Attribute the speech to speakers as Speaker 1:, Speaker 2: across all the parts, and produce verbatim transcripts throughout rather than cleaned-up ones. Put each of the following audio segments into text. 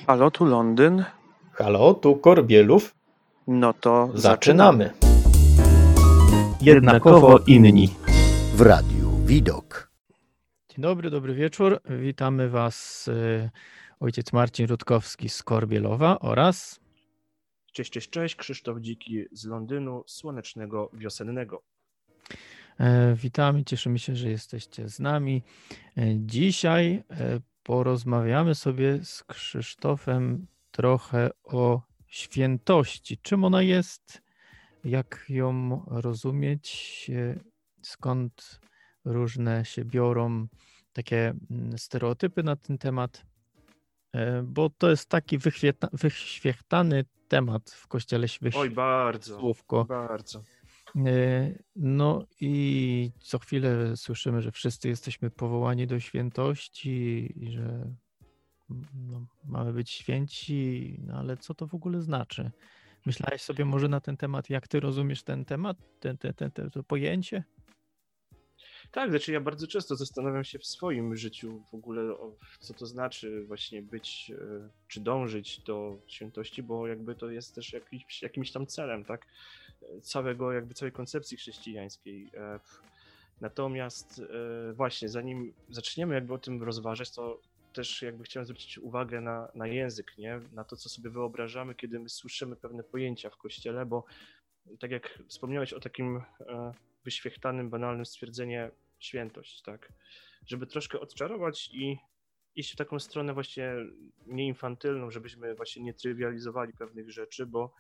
Speaker 1: Halo, tu Londyn.
Speaker 2: Halo, tu Korbielów.
Speaker 1: No to
Speaker 2: Zaczynamy.
Speaker 3: Jednakowo inni.
Speaker 4: W Radiu Widok.
Speaker 3: Dzień dobry, dobry wieczór. Witamy Was y, ojciec Marcin Rutkowski z Korbielowa oraz...
Speaker 5: Cześć, cześć, cześć. Krzysztof Dziki z Londynu, słonecznego, wiosennego.
Speaker 3: E, witamy, cieszymy się, że jesteście z nami. E, dzisiaj e, porozmawiamy sobie z Krzysztofem trochę o świętości. Czym ona jest, jak ją rozumieć, e, skąd różne się biorą takie stereotypy na ten temat, e, bo to jest taki wyświetla, wyświechtany temat w Kościele Świętego.
Speaker 5: Oj, bardzo,
Speaker 3: Słówko.
Speaker 5: bardzo.
Speaker 3: No i co chwilę słyszymy, że wszyscy jesteśmy powołani do świętości i że no, mamy być święci, no ale co to w ogóle znaczy? Myślałeś sobie może na ten temat, jak ty rozumiesz ten temat, ten, ten, ten, ten, to pojęcie?
Speaker 5: Tak, znaczy ja bardzo często zastanawiam się w swoim życiu w ogóle, o, co to znaczy właśnie być, czy dążyć do świętości, bo jakby to jest też jakiś, jakimś tam celem, tak, całego, jakby całej koncepcji chrześcijańskiej. Natomiast właśnie, zanim zaczniemy jakby o tym rozważać, to też jakby chciałem zwrócić uwagę na, na język, nie? Na to, co sobie wyobrażamy, kiedy my słyszymy pewne pojęcia w Kościele, bo tak jak wspomniałeś o takim wyświechtanym, banalnym stwierdzenie świętość, tak? Żeby troszkę odczarować i iść w taką stronę właśnie nieinfantylną, żebyśmy właśnie nie trywializowali pewnych rzeczy, bo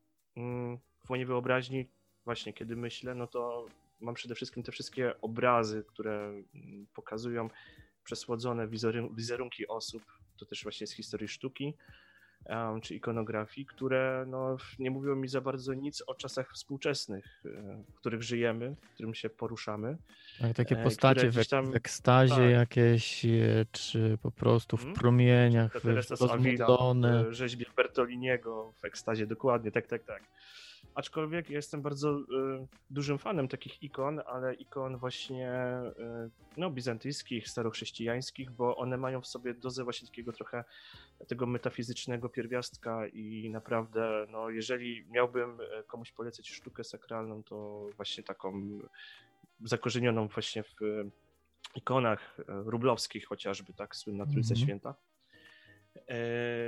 Speaker 5: w mojej wyobraźni właśnie kiedy myślę, no to mam przede wszystkim te wszystkie obrazy, które pokazują przesłodzone wizerunki osób, to też właśnie z historii sztuki, Um, czy ikonografii, które no, nie mówią mi za bardzo nic o czasach współczesnych, w których żyjemy, w którym się poruszamy.
Speaker 3: Tak, takie postacie w, tam, w ekstazie tak. jakieś, czy po prostu w promieniach,
Speaker 5: rozmydlone. Rzeźbie Bertoliniego w ekstazie, dokładnie, tak, tak, tak. Aczkolwiek ja jestem bardzo y, dużym fanem takich ikon, ale ikon właśnie y, no, bizantyjskich, starochrześcijańskich, bo one mają w sobie dozę właśnie takiego trochę tego metafizycznego pierwiastka i naprawdę, no, jeżeli miałbym komuś polecać sztukę sakralną, to właśnie taką zakorzenioną właśnie w ikonach rublowskich chociażby, tak, słynna Trójca mm-hmm. Święta. E,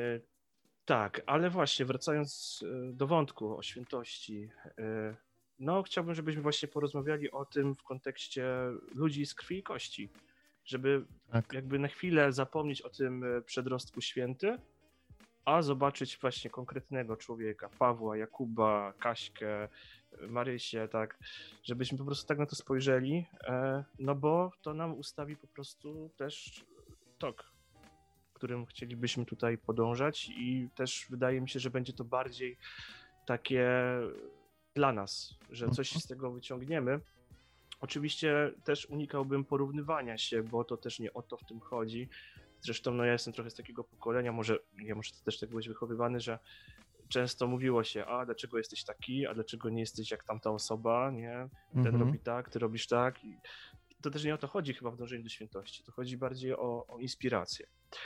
Speaker 5: Tak, ale właśnie wracając do wątku o świętości, no chciałbym, żebyśmy właśnie porozmawiali o tym w kontekście ludzi z krwi i kości, żeby tak. jakby na chwilę zapomnieć o tym przedrostku święty, a zobaczyć właśnie konkretnego człowieka, Pawła, Jakuba, Kaśkę, Marysię, tak, żebyśmy po prostu tak na to spojrzeli, no bo to nam ustawi po prostu też tok, którym chcielibyśmy tutaj podążać i też wydaje mi się, że będzie to bardziej takie dla nas, że coś z tego wyciągniemy. Oczywiście też unikałbym porównywania się, bo to też nie o to w tym chodzi. Zresztą no ja jestem trochę z takiego pokolenia, może ja może też tak byłeś wychowywany, że często mówiło się, a dlaczego jesteś taki, a dlaczego nie jesteś jak tamta osoba, nie? Ten mhm. robi tak, ty robisz tak. I to też nie o to chodzi chyba w dążeniu do świętości, to chodzi bardziej o, o inspirację.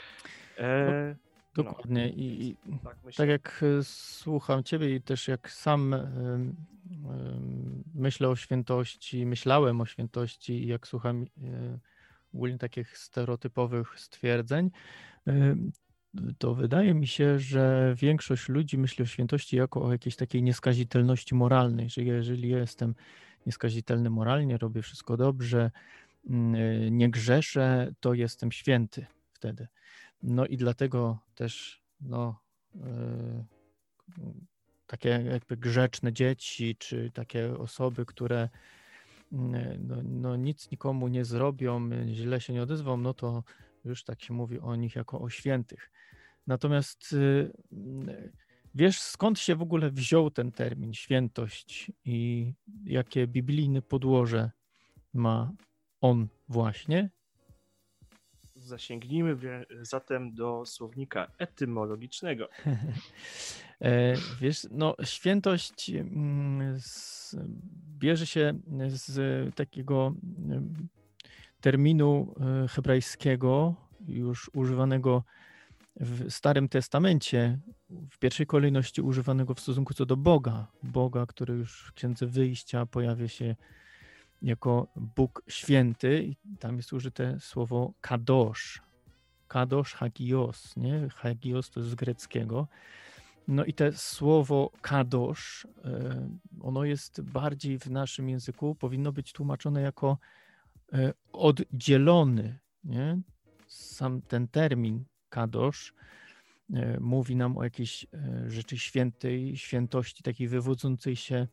Speaker 3: E, no, dokładnie no. I, i tak, tak jak słucham ciebie i też jak sam y, y, myślę o świętości, myślałem o świętości i jak słucham y, ogólnie takich stereotypowych stwierdzeń, y, to wydaje mi się, że większość ludzi myśli o świętości jako o jakiejś takiej nieskazitelności moralnej, że jeżeli jestem nieskazitelny moralnie, robię wszystko dobrze, y, nie grzeszę, to jestem święty wtedy. No i dlatego też no, yy, takie jakby grzeczne dzieci, czy takie osoby, które yy, no, no nic nikomu nie zrobią, źle się nie odezwą, no to już tak się mówi o nich jako o świętych. Natomiast yy, wiesz, skąd się w ogóle wziął ten termin świętość i jakie biblijne podłoże ma on właśnie?
Speaker 5: Zasięgnijmy zatem do słownika etymologicznego.
Speaker 3: Wiesz, no świętość z, bierze się z takiego terminu hebrajskiego, już używanego w Starym Testamencie w pierwszej kolejności używanego w stosunku co do Boga. Boga, który już w Księdze Wyjścia pojawia się jako Bóg święty i tam jest użyte słowo kadosz. Kadosz, hagios, nie? Hagios to jest z greckiego. No i to słowo kadosz, ono jest bardziej w naszym języku, powinno być tłumaczone jako oddzielony, nie? Sam ten termin kadosz mówi nam o jakiejś rzeczy świętej, świętości takiej wywodzącej się.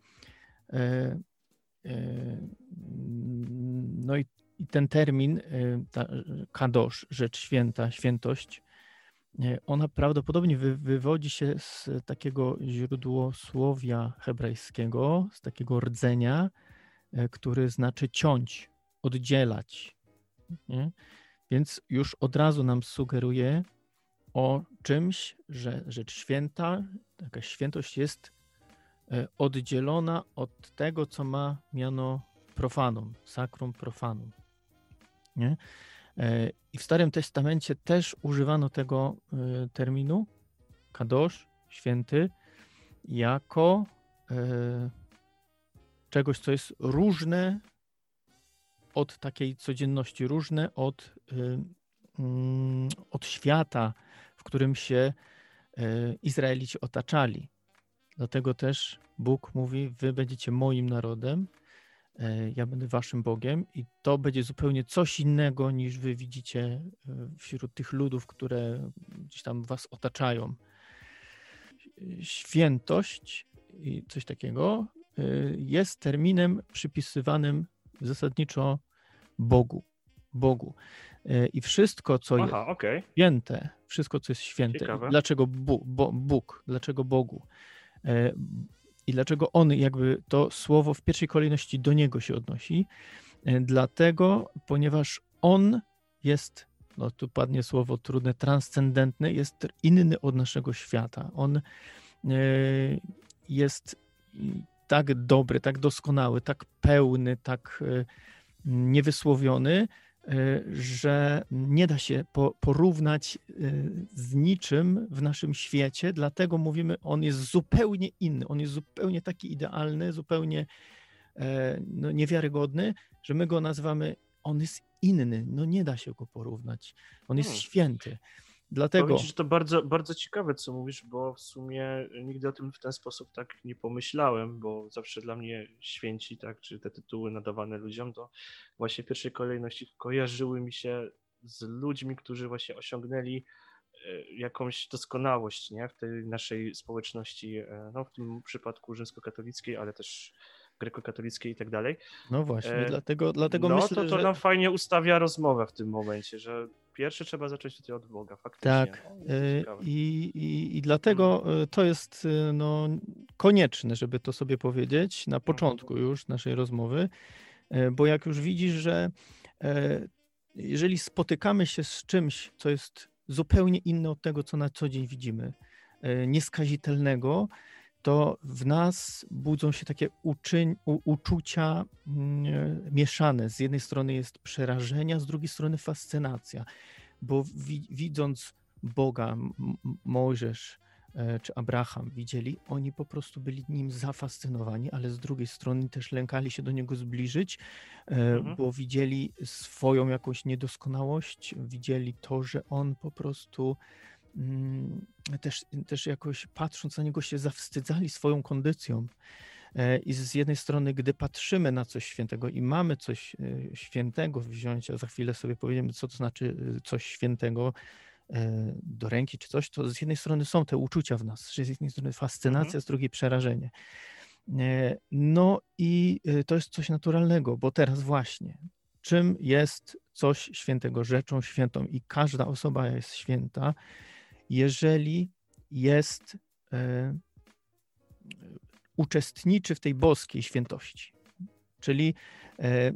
Speaker 3: No i, i ten termin, ta kadosz, rzecz święta, świętość, ona prawdopodobnie wy, wywodzi się z takiego źródłosłowia hebrajskiego, z takiego rdzenia, który znaczy ciąć, oddzielać. Nie? Więc już od razu nam sugeruje o czymś, że rzecz święta, taka świętość jest oddzielona od tego, co ma miano profanum, sacrum profanum. Nie? I w Starym Testamencie też używano tego terminu, kadosz, święty, jako czegoś, co jest różne od takiej codzienności, różne od, od świata, w którym się Izraelici otaczali. Dlatego też Bóg mówi, wy będziecie moim narodem, ja będę waszym Bogiem i to będzie zupełnie coś innego niż wy widzicie wśród tych ludów, które gdzieś tam was otaczają. Świętość i coś takiego jest terminem przypisywanym zasadniczo Bogu. Bogu. I wszystko, co
Speaker 5: Aha,
Speaker 3: jest
Speaker 5: okay.
Speaker 3: święte, wszystko, co jest święte.
Speaker 5: Ciekawe.
Speaker 3: Dlaczego Bóg, bo, Bóg? Dlaczego Bogu? I dlaczego on jakby to słowo w pierwszej kolejności do niego się odnosi? Dlatego, ponieważ on jest, no tu padnie słowo trudne, transcendentny, jest inny od naszego świata. On jest tak dobry, tak doskonały, tak pełny, tak niewysłowiony, że nie da się po, porównać z niczym w naszym świecie, dlatego mówimy, on jest zupełnie inny, on jest zupełnie taki idealny, zupełnie no, niewiarygodny, że my go nazywamy, on jest inny, no nie da się go porównać, on jest
Speaker 5: Hmm.
Speaker 3: święty. Dlatego...
Speaker 5: Powiem ci, że to bardzo, bardzo ciekawe, co mówisz, bo w sumie nigdy o tym w ten sposób tak nie pomyślałem, bo zawsze dla mnie święci, tak, czy te tytuły nadawane ludziom, to właśnie w pierwszej kolejności kojarzyły mi się z ludźmi, którzy właśnie osiągnęli jakąś doskonałość, nie, w tej naszej społeczności, no w tym przypadku rzymskokatolickiej, ale też grekokatolickiej i tak dalej.
Speaker 3: No właśnie,
Speaker 5: e,
Speaker 3: dlatego, dlatego
Speaker 5: no,
Speaker 3: myślę,
Speaker 5: to, to
Speaker 3: że...
Speaker 5: nam fajnie ustawia rozmowę w tym momencie, że pierwsze trzeba zacząć tutaj od Boga, faktycznie.
Speaker 3: Tak, i, i, i dlatego to jest no, konieczne, żeby to sobie powiedzieć na początku już naszej rozmowy, bo jak już widzisz, że jeżeli spotykamy się z czymś, co jest zupełnie inne od tego, co na co dzień widzimy, nieskazitelnego, to w nas budzą się takie uczyń, u, uczucia mm, mieszane. Z jednej strony jest przerażenie, a z drugiej strony fascynacja, bo wi, widząc Boga, M- Mojżesz e, czy Abraham widzieli, oni po prostu byli nim zafascynowani, ale z drugiej strony też lękali się do niego zbliżyć, e,
Speaker 5: Mhm.
Speaker 3: bo widzieli swoją jakąś niedoskonałość, widzieli to, że on po prostu Też, też jakoś patrząc na niego się zawstydzali swoją kondycją. I z jednej strony, gdy patrzymy na coś świętego i mamy coś świętego wziąć, a za chwilę sobie powiemy, co to znaczy coś świętego do ręki czy coś, to z jednej strony są te uczucia w nas, że z jednej strony fascynacja,
Speaker 5: Mhm.
Speaker 3: z drugiej przerażenie. No i to jest coś naturalnego, bo teraz właśnie, czym jest coś świętego, rzeczą świętą i każda osoba jest święta, jeżeli jest, e, uczestniczy w tej boskiej świętości. Czyli e, e,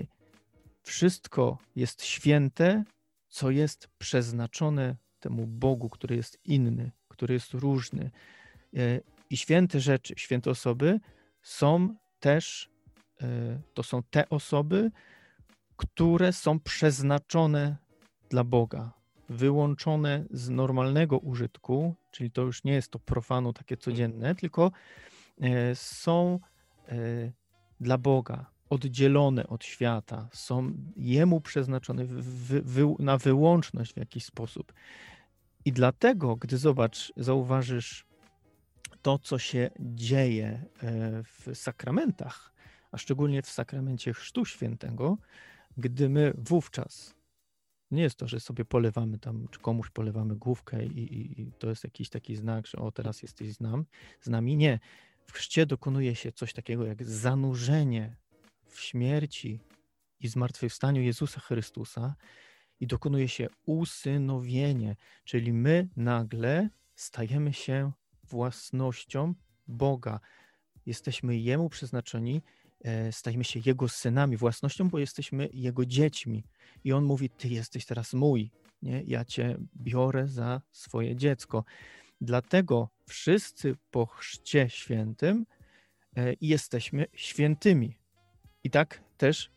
Speaker 3: wszystko jest święte, co jest przeznaczone temu Bogu, który jest inny, który jest różny. E, I święte rzeczy, święte osoby są też, e, to są te osoby, które są przeznaczone dla Boga. wyłączone z normalnego użytku, czyli to już nie jest to profanu takie codzienne, tylko e, są e, dla Boga, oddzielone od świata, są Jemu przeznaczone wy, wy, na wyłączność w jakiś sposób. I dlatego, gdy zobacz, zauważysz to, co się dzieje w sakramentach, a szczególnie w sakramencie Chrztu Świętego, gdy my wówczas, nie jest to, że sobie polewamy tam, czy komuś polewamy główkę i, i, i to jest jakiś taki znak, że o, teraz jesteś z, nam, z nami. Nie. W chrzcie dokonuje się coś takiego jak zanurzenie w śmierci i zmartwychwstaniu Jezusa Chrystusa i dokonuje się usynowienie, czyli my nagle stajemy się własnością Boga. Jesteśmy Jemu przeznaczeni, stajemy się Jego synami, własnością, bo jesteśmy Jego dziećmi. I On mówi, ty jesteś teraz mój, nie? Ja cię biorę za swoje dziecko. Dlatego wszyscy po chrzcie świętym jesteśmy świętymi. I tak też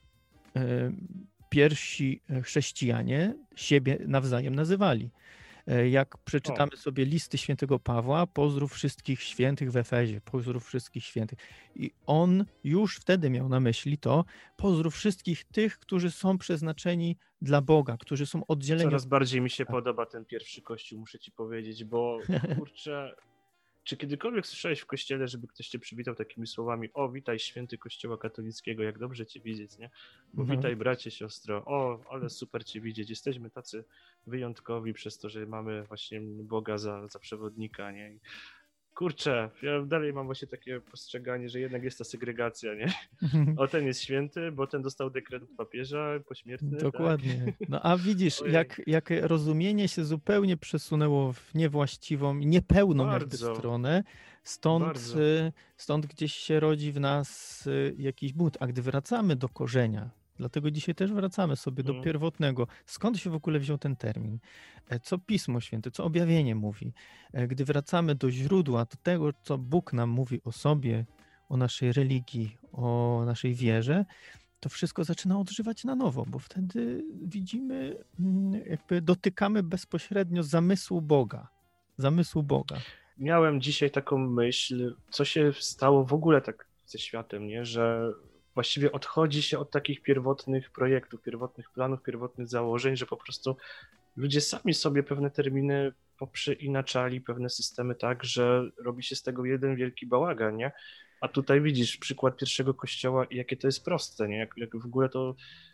Speaker 3: pierwsi chrześcijanie siebie nawzajem nazywali. Jak przeczytamy sobie listy świętego Pawła, pozdrów wszystkich świętych w Efezie, pozdrów wszystkich świętych. I on już wtedy miał na myśli to, pozdrów wszystkich tych, którzy są przeznaczeni dla Boga, którzy są oddzieleni.
Speaker 5: Coraz bardziej mi się podoba ten pierwszy kościół, muszę ci powiedzieć, bo kurczę, czy kiedykolwiek słyszałeś w kościele, żeby ktoś cię przywitał takimi słowami: o, witaj święty Kościoła katolickiego, jak dobrze cię widzieć, nie? Bo
Speaker 3: No.
Speaker 5: witaj bracie, siostro, o, ale super cię widzieć, jesteśmy tacy wyjątkowi przez to, że mamy właśnie Boga za, za przewodnika, nie? I kurczę, ja dalej mam właśnie takie postrzeganie, że jednak jest ta segregacja, nie? O, ten jest święty, bo ten dostał dekret od papieża pośmiertny.
Speaker 3: Dokładnie.
Speaker 5: Tak?
Speaker 3: No a widzisz, jak, jak rozumienie się zupełnie przesunęło w niewłaściwą, niepełną jakby
Speaker 5: Bardzo.
Speaker 3: stronę, stąd,
Speaker 5: Bardzo.
Speaker 3: y, stąd gdzieś się rodzi w nas y, jakiś bunt. A gdy wracamy do korzenia, dlatego dzisiaj też wracamy sobie do
Speaker 5: Mm.
Speaker 3: pierwotnego. Skąd się w ogóle wziął ten termin? E, Co Pismo Święte, co objawienie mówi? E, Gdy wracamy do źródła, do tego, co Bóg nam mówi o sobie, o naszej religii, o naszej wierze, to wszystko zaczyna odżywać na nowo, bo wtedy widzimy, mm, jakby dotykamy bezpośrednio zamysłu Boga. Zamysłu Boga.
Speaker 5: Miałem dzisiaj taką myśl, co się stało w ogóle tak ze światem, nie? Że właściwie odchodzi się od takich pierwotnych projektów, pierwotnych planów, pierwotnych założeń, że po prostu ludzie sami sobie pewne terminy poprzeinaczali, pewne systemy tak, że robi się z tego jeden wielki bałagan, nie? A tutaj widzisz przykład pierwszego kościoła i jakie to jest proste, nie? Jak, jak w ogóle to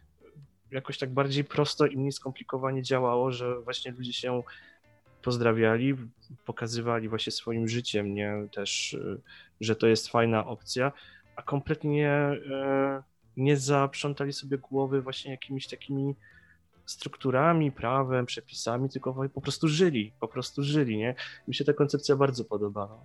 Speaker 5: jakoś tak bardziej prosto i mniej skomplikowanie działało, że właśnie ludzie się pozdrawiali, pokazywali właśnie swoim życiem, nie? Też, że to jest fajna opcja, a kompletnie e, nie zaprzątali sobie głowy właśnie jakimiś takimi strukturami, prawem, przepisami, tylko po prostu żyli, po prostu żyli, nie? Mi się ta koncepcja bardzo podobała.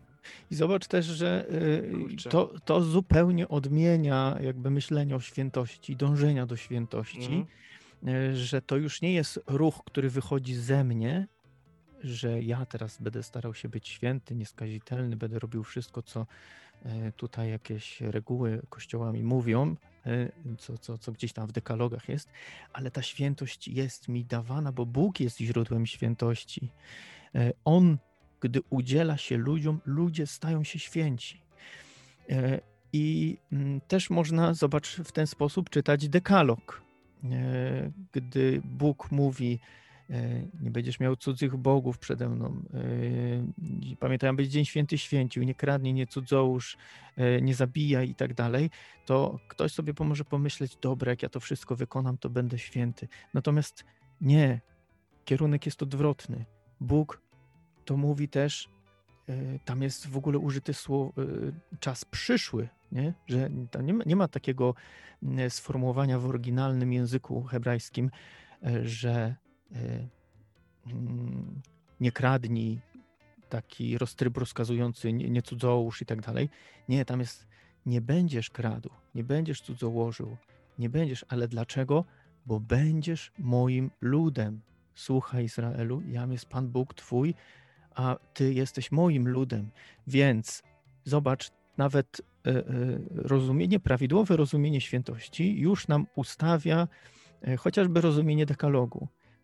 Speaker 3: I zobacz też, że y,
Speaker 5: Kurczę.
Speaker 3: to, to zupełnie odmienia jakby myślenie o świętości, dążenia do świętości,
Speaker 5: Mhm.
Speaker 3: y, że to już nie jest ruch, który wychodzi ze mnie, że ja teraz będę starał się być święty, nieskazitelny, będę robił wszystko, co y, tutaj jakieś reguły Kościoła mi mówią, y, co, co, co gdzieś tam w dekalogach jest, ale ta świętość jest mi dawana, bo Bóg jest źródłem świętości. Y, On Gdy udziela się ludziom, ludzie stają się święci. E, I mm, też można, zobacz, w ten sposób czytać dekalog. E, Gdy Bóg mówi, e, nie będziesz miał cudzych bogów przede mną, e, pamiętaj, być dzień święty święcił, nie kradnij, nie cudzołóż, e, nie zabijaj i tak dalej, to ktoś sobie może pomyśleć, dobra, jak ja to wszystko wykonam, to będę święty. Natomiast nie, kierunek jest odwrotny. Bóg to mówi też, y, tam jest w ogóle użyty słowo, y, czas przyszły, nie? Że tam nie ma, nie ma takiego y, sformułowania w oryginalnym języku hebrajskim, y, że y, y, nie kradnij, taki roztryb rozkazujący, nie, nie cudzołóż i tak dalej. Nie, tam jest nie będziesz kradł, nie będziesz cudzołożył, nie będziesz, ale dlaczego? Bo będziesz moim ludem. Słuchaj, Izraelu, jam jest Pan Bóg Twój, a Ty jesteś moim ludem. Więc zobacz, nawet y, y, rozumienie, prawidłowe rozumienie świętości już nam ustawia y, chociażby rozumienie dekalogu.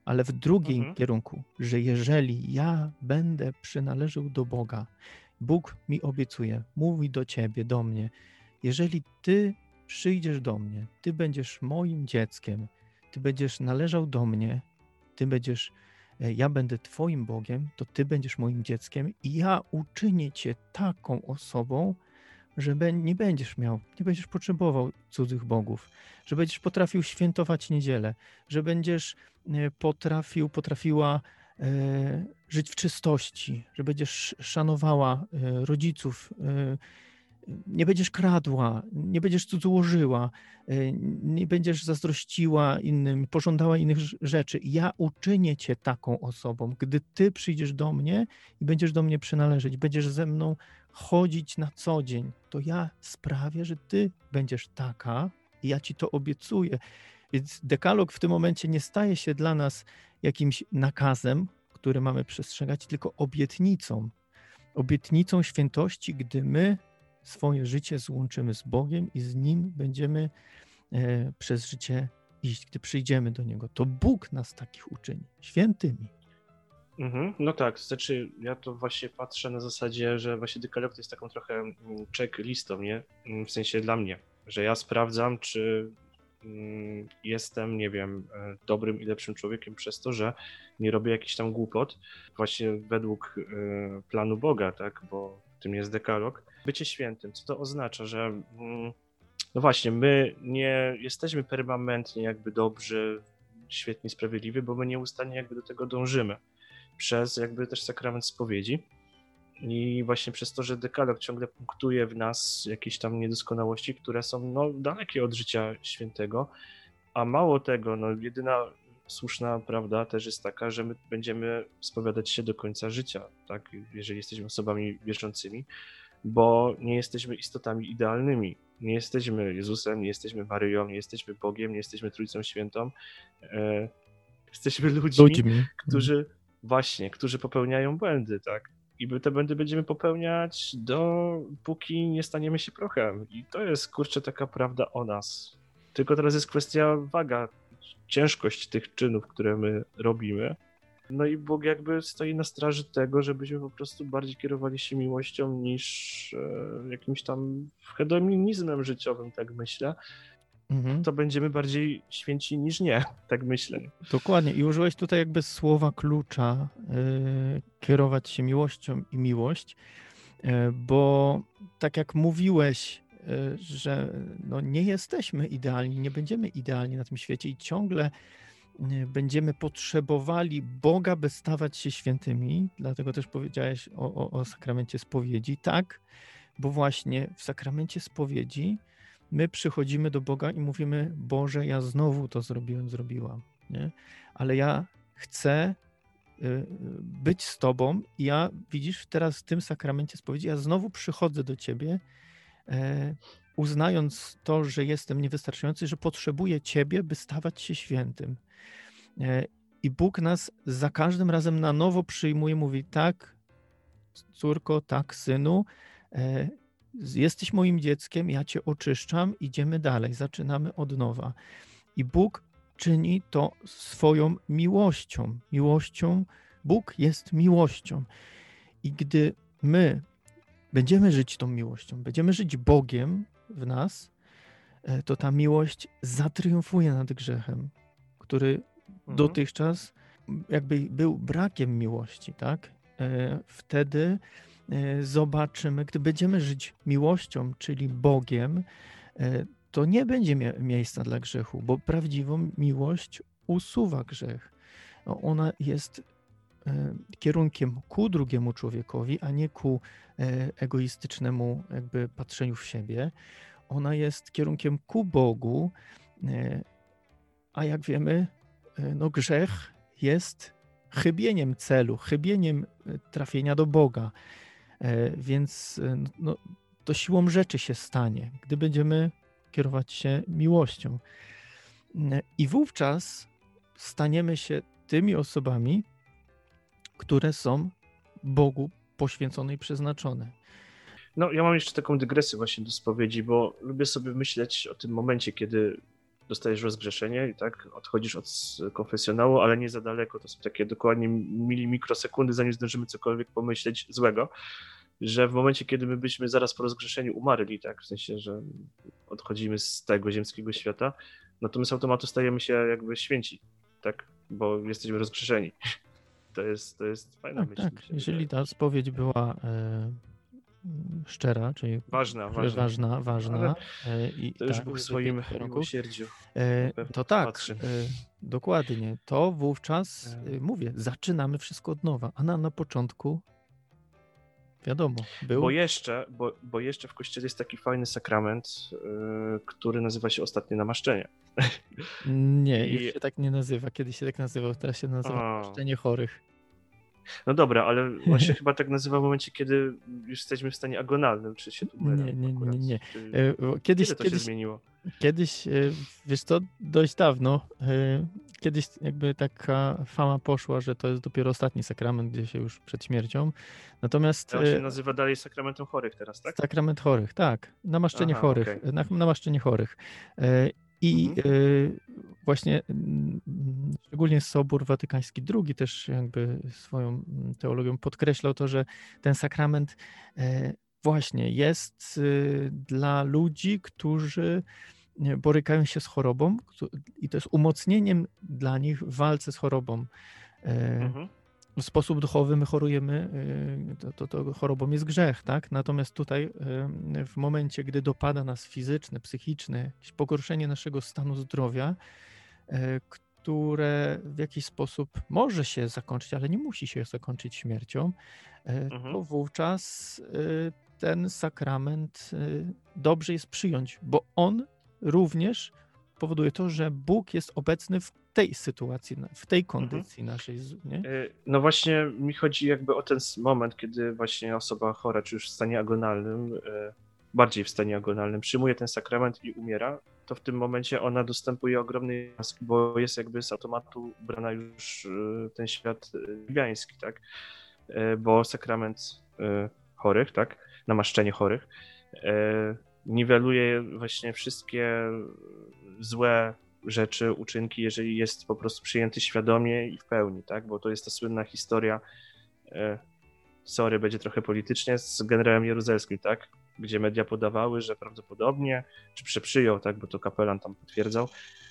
Speaker 3: ale w drugim
Speaker 5: Mhm.
Speaker 3: kierunku, że jeżeli ja będę przynależał do Boga, Bóg mi obiecuje, mówi do ciebie, do mnie, jeżeli ty przyjdziesz do mnie, ty będziesz moim dzieckiem, ty będziesz należał do mnie, ty będziesz, e, ja będę twoim Bogiem, to ty będziesz moim dzieckiem i ja uczynię cię taką osobą, że bę- nie będziesz miał, nie będziesz potrzebował cudzych bogów, że będziesz potrafił świętować niedzielę, że będziesz e, potrafił, potrafiła e, żyć w czystości, że będziesz szanowała e, rodziców, e, nie będziesz kradła, nie będziesz cudzołożyła, e, nie będziesz zazdrościła innym, pożądała innych rz- rzeczy. Ja uczynię cię taką osobą, gdy ty przyjdziesz do mnie i będziesz do mnie przynależeć, będziesz ze mną chodzić na co dzień, to ja sprawię, że ty będziesz taka i ja ci to obiecuję. Więc dekalog w tym momencie nie staje się dla nas jakimś nakazem, który mamy przestrzegać, tylko obietnicą. Obietnicą świętości, gdy my swoje życie złączymy z Bogiem i z Nim będziemy e, przez życie iść, gdy przyjdziemy do Niego. To Bóg nas takich uczyni, świętymi.
Speaker 5: Mhm. No tak, znaczy ja to właśnie patrzę na zasadzie, że właśnie dekalog to jest taką trochę mm, checklistą, nie? Mm, W sensie dla mnie, że ja sprawdzam, czy mm, jestem, nie wiem, e, dobrym i lepszym człowiekiem przez to, że nie robię jakichś tam głupot, właśnie według e, planu Boga, tak? Bo tym jest dekalog. Bycie świętym, co to oznacza, że mm, no właśnie, my nie jesteśmy permanentnie jakby dobrzy, świetnie sprawiedliwi, bo my nieustannie jakby do tego dążymy przez jakby też sakrament spowiedzi i właśnie przez to, że dekalog ciągle punktuje w nas jakieś tam niedoskonałości, które są no, dalekie od życia świętego, a mało tego, no jedyna słuszna prawda też jest taka, że my będziemy spowiadać się do końca życia, tak, jeżeli jesteśmy osobami wierzącymi, bo nie jesteśmy istotami idealnymi. Nie jesteśmy Jezusem, nie jesteśmy Maryją, nie jesteśmy Bogiem, nie jesteśmy Trójcą Świętą. E, jesteśmy ludźmi,
Speaker 3: Ludźmi.
Speaker 5: którzy właśnie, którzy popełniają błędy, tak? I my te błędy będziemy popełniać dopóki nie staniemy się prochem. I to jest, kurczę, taka prawda o nas. Tylko teraz jest kwestia waga, ciężkość tych czynów, które my robimy. No i Bóg jakby stoi na straży tego, żebyśmy po prostu bardziej kierowali się miłością niż e, jakimś tam hedonizmem życiowym, tak myślę.
Speaker 3: Mhm.
Speaker 5: To będziemy bardziej święci niż nie, tak myślę.
Speaker 3: Dokładnie. I użyłeś tutaj jakby słowa klucza, y, kierować się miłością i miłość, y, bo tak jak mówiłeś, y, że no nie jesteśmy idealni, nie będziemy idealni na tym świecie i ciągle y, będziemy potrzebowali Boga, by stawać się świętymi. Dlatego też powiedziałeś o, o, o sakramencie spowiedzi. Tak, bo właśnie w sakramencie spowiedzi my przychodzimy do Boga i mówimy: Boże, ja znowu to zrobiłem, zrobiłam, nie? Ale ja chcę y, być z Tobą i ja, widzisz, teraz w tym sakramencie spowiedzi, ja znowu przychodzę do Ciebie, e, uznając to, że jestem niewystarczający, że potrzebuję Ciebie, by stawać się świętym. E, I Bóg nas za każdym razem na nowo przyjmuje, mówi: tak, córko, tak, synu, e, jesteś moim dzieckiem, ja cię oczyszczam, idziemy dalej, zaczynamy od nowa. I Bóg czyni to swoją miłością. Miłością, Bóg jest miłością. I gdy my będziemy żyć tą miłością, będziemy żyć Bogiem w nas, e, to ta miłość zatriumfuje nad grzechem, który
Speaker 5: Mhm.
Speaker 3: dotychczas jakby był brakiem miłości, tak? E, Wtedy e, zobaczymy, gdy będziemy żyć miłością, czyli Bogiem, e, to nie będzie mie- miejsca dla grzechu, bo prawdziwą miłość usuwa grzech. No, Ona jest e, kierunkiem ku drugiemu człowiekowi, a nie ku e, egoistycznemu jakby patrzeniu w siebie. Ona jest kierunkiem ku Bogu, e, a jak wiemy, e, no grzech jest chybieniem celu, chybieniem e, trafienia do Boga. E, Więc e, no, to siłą rzeczy się stanie, gdy będziemy kierować się miłością. E, I wówczas staniemy się tymi osobami, które są Bogu poświęcone i przeznaczone.
Speaker 5: No, ja mam jeszcze taką dygresję właśnie do spowiedzi, bo lubię sobie myśleć o tym momencie, kiedy dostajesz rozgrzeszenie i tak odchodzisz od konfesjonału, ale nie za daleko, to są takie dokładnie mili mikrosekundy, zanim zdążymy cokolwiek pomyśleć złego, że w momencie, kiedy my byśmy zaraz po rozgrzeszeniu umarli, tak, w sensie, że odchodzimy z tego ziemskiego świata, no to my z automatu stajemy się jakby święci, tak, bo jesteśmy rozgrzeszeni. To jest, to jest fajna
Speaker 3: Tak,
Speaker 5: myśl.
Speaker 3: tak. Jeżeli ta spowiedź była e, szczera, czyli
Speaker 5: ważna,
Speaker 3: ważna,
Speaker 5: ważna,
Speaker 3: ważna, ważna e, i
Speaker 5: to już
Speaker 3: tak,
Speaker 5: Bóg w
Speaker 3: z
Speaker 5: swoim
Speaker 3: wypiętych warunków,
Speaker 5: miłosierdziu
Speaker 3: e,
Speaker 5: na pewno
Speaker 3: to tak,
Speaker 5: patrzy.
Speaker 3: e, dokładnie. To wówczas, e, mówię, zaczynamy wszystko od nowa, a na, na początku wiadomo, był...
Speaker 5: Bo jeszcze, bo, bo jeszcze w kościele jest taki fajny sakrament, yy, który nazywa się ostatnie namaszczenie.
Speaker 3: Nie,
Speaker 5: I-
Speaker 3: już się tak nie nazywa. Kiedyś się tak nazywał, teraz się nazywa
Speaker 5: O.
Speaker 3: chrzczenie chorych.
Speaker 5: No dobra, ale on się chyba tak nazywa w momencie, kiedy już jesteśmy w stanie agonalnym, czy się tu mylę
Speaker 3: Nie, nie, nie,
Speaker 5: akurat?
Speaker 3: nie.
Speaker 5: Czy...
Speaker 3: E, bo Kiedyś,
Speaker 5: Kiedy to
Speaker 3: kiedyś,
Speaker 5: się zmieniło?
Speaker 3: kiedyś, e, wiesz co, dość dawno, e, kiedyś jakby taka fama poszła, że to jest dopiero ostatni sakrament, gdzie się już przed śmiercią. Natomiast
Speaker 5: On się
Speaker 3: e,
Speaker 5: nazywa dalej sakramentem chorych teraz, tak?
Speaker 3: sakrament chorych, tak, namaszczenie
Speaker 5: Aha,
Speaker 3: chorych,
Speaker 5: okej.
Speaker 3: na, namaszczenie chorych. E, I
Speaker 5: Mhm.
Speaker 3: e, właśnie mm, szczególnie Sobór Watykański drugi też jakby swoją mm, teologią podkreślał to, że ten sakrament e, właśnie jest y, dla ludzi, którzy nie, borykają się z chorobą któ- i to jest umocnieniem dla nich w walce z chorobą. E,
Speaker 5: Mhm.
Speaker 3: W sposób duchowy my chorujemy, y, to, to, to chorobą jest grzech, tak? Natomiast tutaj y, w momencie, gdy dopada nas fizyczne, psychiczne, jakieś pogorszenie naszego stanu zdrowia, y, które w jakiś sposób może się zakończyć, ale nie musi się zakończyć śmiercią, y,
Speaker 5: Mhm.
Speaker 3: to wówczas y, ten sakrament y, dobrze jest przyjąć, bo on również powoduje to, że Bóg jest obecny w tej sytuacji, na- w tej kondycji naszej, z- nie?
Speaker 5: Y, No właśnie mi chodzi jakby o ten s- moment, kiedy właśnie osoba chora, czy już w stanie agonalnym, y, bardziej w stanie agonalnym, przyjmuje ten sakrament i umiera, to w tym momencie ona dostępuje ogromnej łaski, bo jest jakby z automatu brana już y, ten świat y, niebiański, tak? Y, Bo sakrament y, chorych, tak? Namaszczenie chorych, y, niweluje właśnie wszystkie złe rzeczy, uczynki, jeżeli jest po prostu przyjęty świadomie i w pełni, tak? Bo to jest ta słynna historia, e, sorry, będzie trochę politycznie, z generałem Jaruzelskim, tak? Gdzie media podawały, że prawdopodobnie, czy przeprzyjął, tak? Bo to kapelan tam potwierdzał,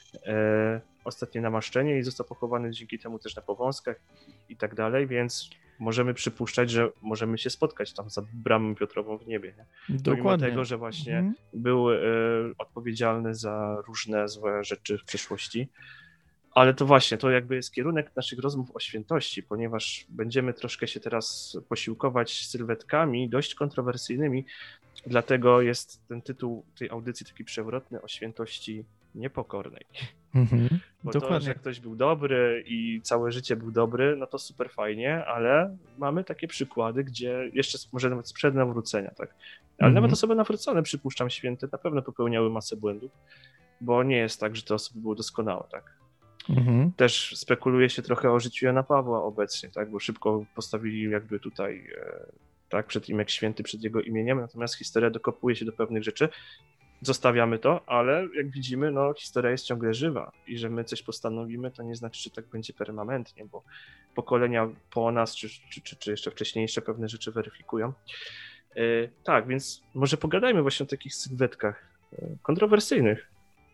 Speaker 5: e, ostatnie namaszczenie i został pochowany dzięki temu też na Powązkach i tak dalej, więc możemy przypuszczać, że możemy się spotkać tam za bramą Piotrową w niebie, nie? Pomimo
Speaker 3: Dokładnie.
Speaker 5: tego, że właśnie
Speaker 3: Mhm.
Speaker 5: był e, odpowiedzialny za różne złe rzeczy w przeszłości. Ale to właśnie, to jakby jest kierunek naszych rozmów o świętości, ponieważ będziemy troszkę się teraz posiłkować sylwetkami dość kontrowersyjnymi, dlatego jest ten tytuł tej audycji taki przewrotny o świętości niepokornej.
Speaker 3: Mhm.
Speaker 5: Bo to,
Speaker 3: Dokładnie.
Speaker 5: że ktoś był dobry i całe życie był dobry, no to super fajnie, ale mamy takie przykłady, gdzie jeszcze może nawet sprzed nawrócenia, tak. Ale
Speaker 3: Mhm.
Speaker 5: nawet osoby nawrócone, przypuszczam, święte, na pewno popełniały masę błędów, bo nie jest tak, że te osoby były doskonałe, tak.
Speaker 3: Mhm.
Speaker 5: Też spekuluje się trochę o życiu Jana Pawła obecnie, tak, bo szybko postawili jakby tutaj, e, tak, przed im jak święty, przed jego imieniem, natomiast historia dokopuje się do pewnych rzeczy. Zostawiamy to, ale jak widzimy, no historia jest ciągle żywa i że my coś postanowimy, to nie znaczy, że tak będzie permanentnie, bo pokolenia po nas, czy, czy, czy, czy jeszcze wcześniejsze pewne rzeczy weryfikują. E, tak, więc może pogadajmy właśnie o takich sylwetkach e, kontrowersyjnych.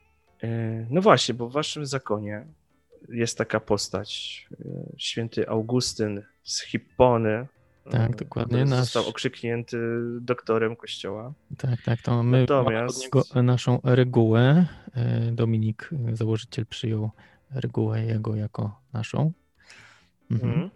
Speaker 5: E, no właśnie, bo w waszym zakonie jest taka postać, e, święty Augustyn z Hippony,
Speaker 3: Tak,
Speaker 5: e,
Speaker 3: dokładnie,
Speaker 5: który
Speaker 3: nasz-
Speaker 5: został okrzyknięty doktorem kościoła.
Speaker 3: Tak, tak, to my
Speaker 5: Natomiast-
Speaker 3: mamy od niego naszą regułę. E, Dominik, e, założyciel, przyjął regułę jego jako naszą. Mhm.
Speaker 5: Mhm.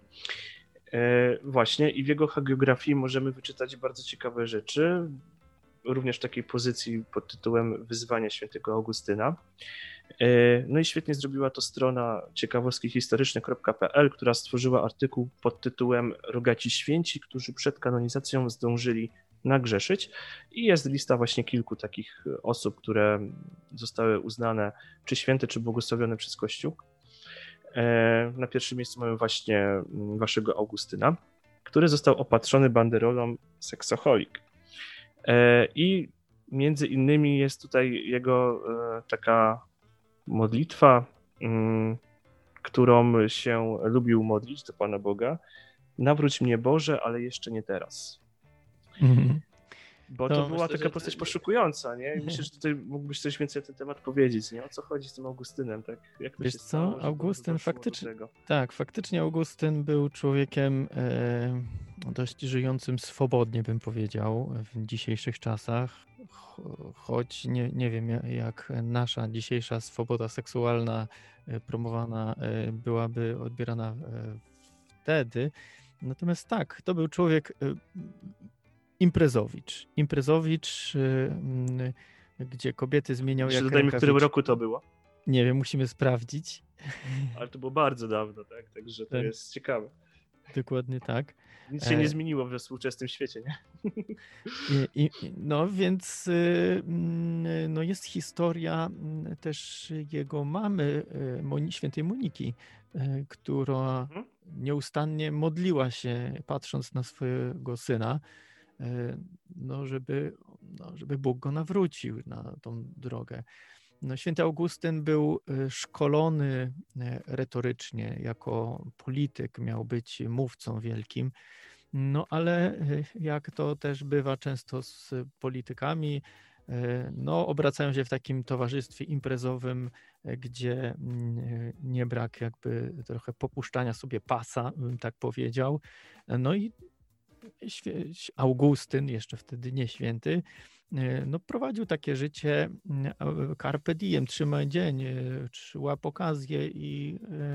Speaker 5: E, Właśnie i w jego hagiografii możemy wyczytać bardzo ciekawe rzeczy, również w takiej pozycji pod tytułem Wyzwanie świętego Augustyna. E, No i świetnie zrobiła to strona ciekawostki historyczne kropka pe el, która stworzyła artykuł pod tytułem Rogaci święci, którzy przed kanonizacją zdążyli nagrzeszyć. I jest lista właśnie kilku takich osób, które zostały uznane czy święte, czy błogosławione przez Kościół. E, Na pierwszym miejscu mamy właśnie mm, waszego Augustyna, który został opatrzony banderolą seksoholik. E, I między innymi jest tutaj jego e, taka modlitwa, mm, którą się lubił modlić do Pana Boga, nawróć mnie Boże, ale jeszcze nie teraz.
Speaker 3: Mhm.
Speaker 5: Bo
Speaker 3: To
Speaker 5: to była
Speaker 3: myślę,
Speaker 5: taka
Speaker 3: że-
Speaker 5: postać poszukując,a nie? I myślę, że tutaj mógłbyś coś więcej na ten temat powiedzieć, nie? O co chodzi z tym Augustynem, tak? Jak to
Speaker 3: Wiesz
Speaker 5: się
Speaker 3: co,
Speaker 5: stało, że to
Speaker 3: Augustyn
Speaker 5: doszło do
Speaker 3: faktycznie-
Speaker 5: tego?
Speaker 3: Tak, faktycznie Augustyn był człowiekiem e, dość żyjącym swobodnie, bym powiedział, w dzisiejszych czasach, Cho- choć nie, nie wiem ja- jak nasza dzisiejsza swoboda seksualna e, promowana e, byłaby odbierana e, wtedy. Natomiast tak, to był człowiek e, imprezowicz. Imprezowicz, e, m, gdzie kobiety zmieniał
Speaker 5: Jeszcze
Speaker 3: jak
Speaker 5: dodajmy, w którym
Speaker 3: rękawiczki.
Speaker 5: roku to było.
Speaker 3: Nie wiem, musimy sprawdzić.
Speaker 5: Ale to było bardzo dawno, tak? Także to
Speaker 3: Tak.
Speaker 5: jest ciekawe.
Speaker 3: Dokładnie tak.
Speaker 5: Nic się
Speaker 3: E,
Speaker 5: nie zmieniło we współczesnym świecie, nie?
Speaker 3: I, i, i- no więc y, mm, no jest historia mm, też jego mamy, y, Moni, świętej Moniki, y, która
Speaker 5: Mhm.
Speaker 3: nieustannie modliła się, patrząc na swojego syna, y, no żeby, no żeby Bóg go nawrócił na tą drogę. No, święty Augustyn był y, szkolony y, retorycznie jako polityk, miał być mówcą wielkim. No ale y, jak to też bywa często z politykami, y, no obracają się w takim towarzystwie imprezowym, y, gdzie mm, y, nie brak jakby trochę popuszczania sobie pasa, bym tak powiedział. No i świe- Augustyn, jeszcze wtedy nie święty, y, no prowadził takie życie mm, a- carpe diem, trzymaj dzień, y, czy łap okazję i,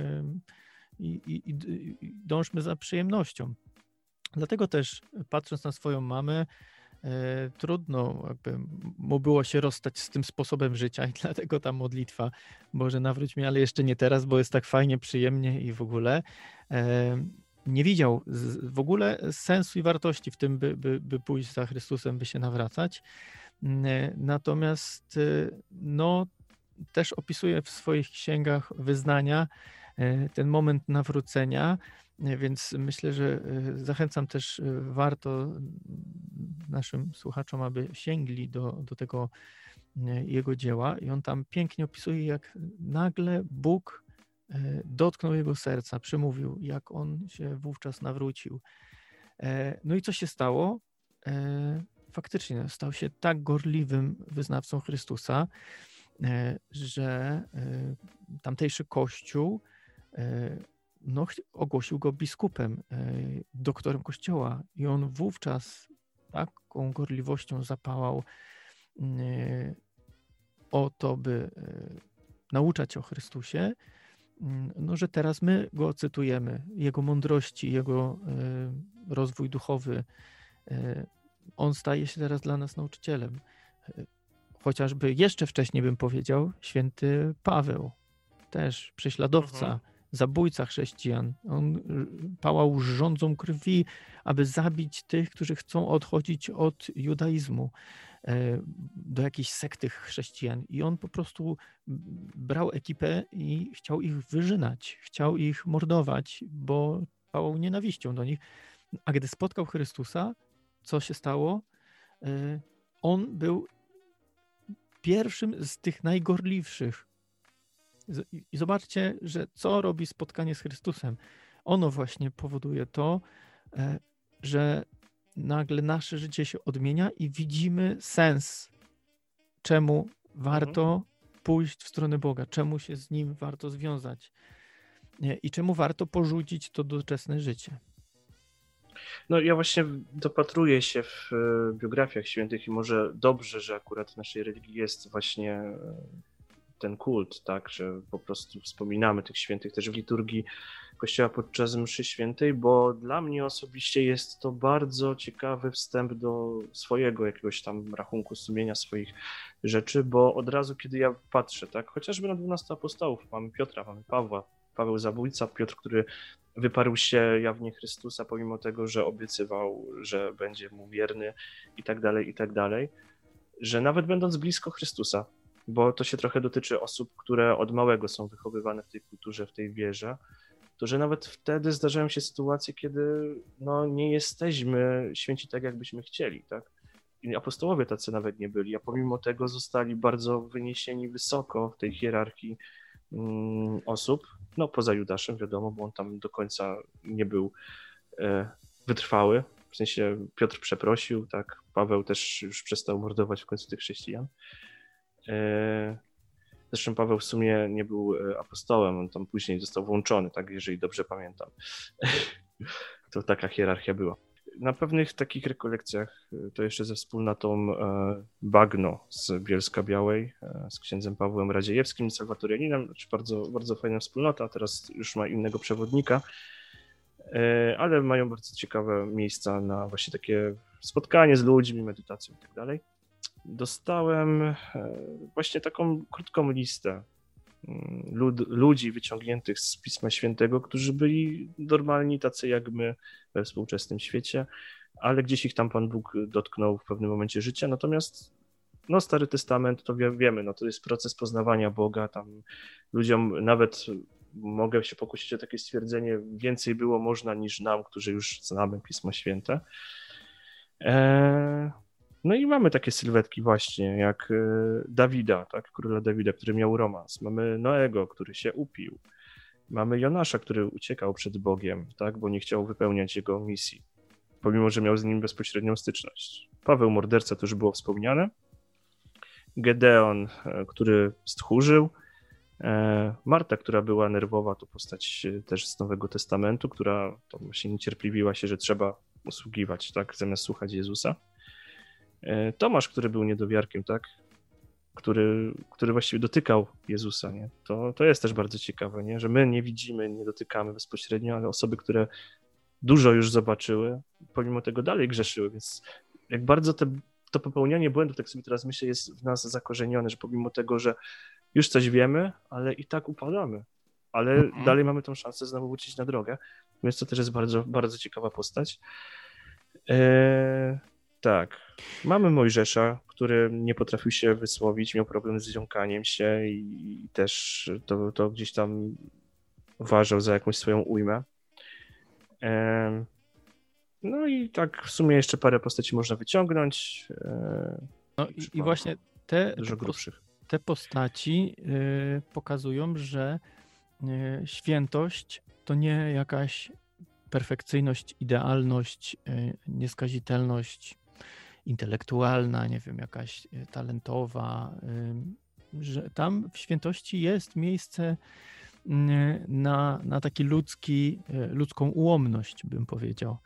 Speaker 3: y, i, i, i, i dążmy za przyjemnością. Dlatego też, patrząc na swoją mamę, e, trudno jakby mu było się rozstać z tym sposobem życia i dlatego ta modlitwa, Boże nawróć mnie, ale jeszcze nie teraz, bo jest tak fajnie, przyjemnie i w ogóle. E, nie widział z, w ogóle sensu i wartości w tym, by, by, by pójść za Chrystusem, by się nawracać. E, natomiast e, no, też opisuje w swoich księgach wyznania e, ten moment nawrócenia. Nie, Więc myślę, że y, zachęcam też, y, warto mm, naszym słuchaczom, aby sięgli do, do tego y, jego dzieła i on tam pięknie opisuje, jak nagle Bóg y, dotknął jego serca, przemówił, jak on się wówczas nawrócił. E, No i co się stało? E, Faktycznie stał się tak gorliwym wyznawcą Chrystusa, e, że e, tamtejszy kościół e, no, ch- ogłosił go biskupem, e, doktorem kościoła i on wówczas taką gorliwością zapałał e, o to, by e, nauczać o Chrystusie, mm, no, że teraz my go cytujemy, jego mądrości, jego e, rozwój duchowy. E, On staje się teraz dla nas nauczycielem. E, Chociażby jeszcze wcześniej bym powiedział, święty Paweł, też prześladowca,
Speaker 5: Mhm.
Speaker 3: zabójca chrześcijan. On y, pałał żądzą krwi, aby zabić tych, którzy chcą odchodzić od judaizmu e, do jakiejś sekty chrześcijan. I on po prostu brał ekipę i chciał ich wyżynać, chciał ich mordować, bo pałał nienawiścią do nich. A gdy spotkał Chrystusa, co się stało? E, On był pierwszym z tych najgorliwszych. Z- I i zobaczcie, że co robi spotkanie z Chrystusem. Ono właśnie powoduje to, e, że nagle nasze życie się odmienia i widzimy sens, czemu warto pójść w stronę Boga, czemu się z Nim warto związać nie? I czemu warto porzucić to doczesne życie.
Speaker 5: No ja właśnie dopatruję się w e, biografiach świętych i może dobrze, że akurat w naszej religii jest właśnie e, ten kult, tak, że po prostu wspominamy tych świętych też w liturgii Kościoła podczas mszy świętej, bo dla mnie osobiście jest to bardzo ciekawy wstęp do swojego jakiegoś tam rachunku sumienia, swoich rzeczy, bo od razu, kiedy ja patrzę, tak, chociażby na dwunastu apostołów, mamy Piotra, mamy Pawła, Paweł zabójca, Piotr, który wyparł się jawnie Chrystusa, pomimo tego, że obiecywał, że będzie mu wierny i tak dalej, i tak dalej, że nawet będąc blisko Chrystusa, bo to się trochę dotyczy osób, które od małego są wychowywane w tej kulturze, w tej wierze, to że nawet wtedy zdarzają się sytuacje, kiedy no, nie jesteśmy święci tak, jakbyśmy chcieli, tak? i apostołowie tacy nawet nie byli, a pomimo tego zostali bardzo wyniesieni wysoko w tej hierarchii mm, osób, no poza Judaszem wiadomo, bo on tam do końca nie był e, wytrwały, w sensie Piotr przeprosił, tak, Paweł też już przestał mordować w końcu tych chrześcijan. E, zresztą Paweł w sumie nie był apostołem, on tam później został włączony, tak, jeżeli dobrze pamiętam. To taka hierarchia była. Na pewnych takich rekolekcjach, to jeszcze ze wspólnotą Bagno z Bielska Białej, z księdzem Pawłem Radziejewskim, salwatorianinem, znaczy bardzo, bardzo fajna wspólnota, teraz już ma innego przewodnika, ale mają bardzo ciekawe miejsca na właśnie takie spotkanie z ludźmi, medytacją i tak dalej. Dostałem właśnie taką krótką listę Lud, ludzi wyciągniętych z Pisma Świętego, którzy byli normalni, tacy jak my we współczesnym świecie, ale gdzieś ich tam Pan Bóg dotknął w pewnym momencie życia. Natomiast no, Stary Testament to wie, wiemy, no, to jest proces poznawania Boga. Tam ludziom nawet mogę się pokusić o takie stwierdzenie, więcej było można niż nam, którzy już znamy Pismo Święte. Eee... No i mamy takie sylwetki właśnie, jak Dawida, tak, króla Dawida, który miał romans. Mamy Noego, który się upił. Mamy Jonasza, który uciekał przed Bogiem, tak, bo nie chciał wypełniać jego misji, pomimo że miał z nim bezpośrednią styczność. Paweł morderca, to już było wspomniane. Gedeon, który stchórzył. Marta, która była nerwowa, to postać też z Nowego Testamentu, która to właśnie niecierpliwiła się, że trzeba usługiwać, tak, zamiast słuchać Jezusa. Tomasz, który był niedowiarkiem, tak, który, który właściwie dotykał Jezusa, nie? To, to jest też bardzo ciekawe, nie? Że my nie widzimy, nie dotykamy bezpośrednio, ale osoby, które dużo już zobaczyły, pomimo tego dalej grzeszyły, więc jak bardzo te, to popełnianie błędów, tak sobie teraz myślę, jest w nas zakorzenione, że pomimo tego, że już coś wiemy, ale i tak upadamy, ale mhm. dalej mamy tą szansę znowu wrócić na drogę, więc to też jest bardzo, bardzo ciekawa postać. Eee... Tak. Mamy Mojżesza, który nie potrafił się wysłowić, miał problem z jąkaniem się i też to, to gdzieś tam uważał za jakąś swoją ujmę. No i tak w sumie jeszcze parę postaci można wyciągnąć.
Speaker 3: No i, i właśnie te,
Speaker 5: dużo
Speaker 3: te,
Speaker 5: grubszych.
Speaker 3: te postaci y, pokazują, że y, świętość to nie jakaś perfekcyjność, idealność, y, nieskazitelność intelektualna, nie wiem, jakaś talentowa, że tam w świętości jest miejsce na, na taki ludzki, ludzką ułomność, bym powiedział.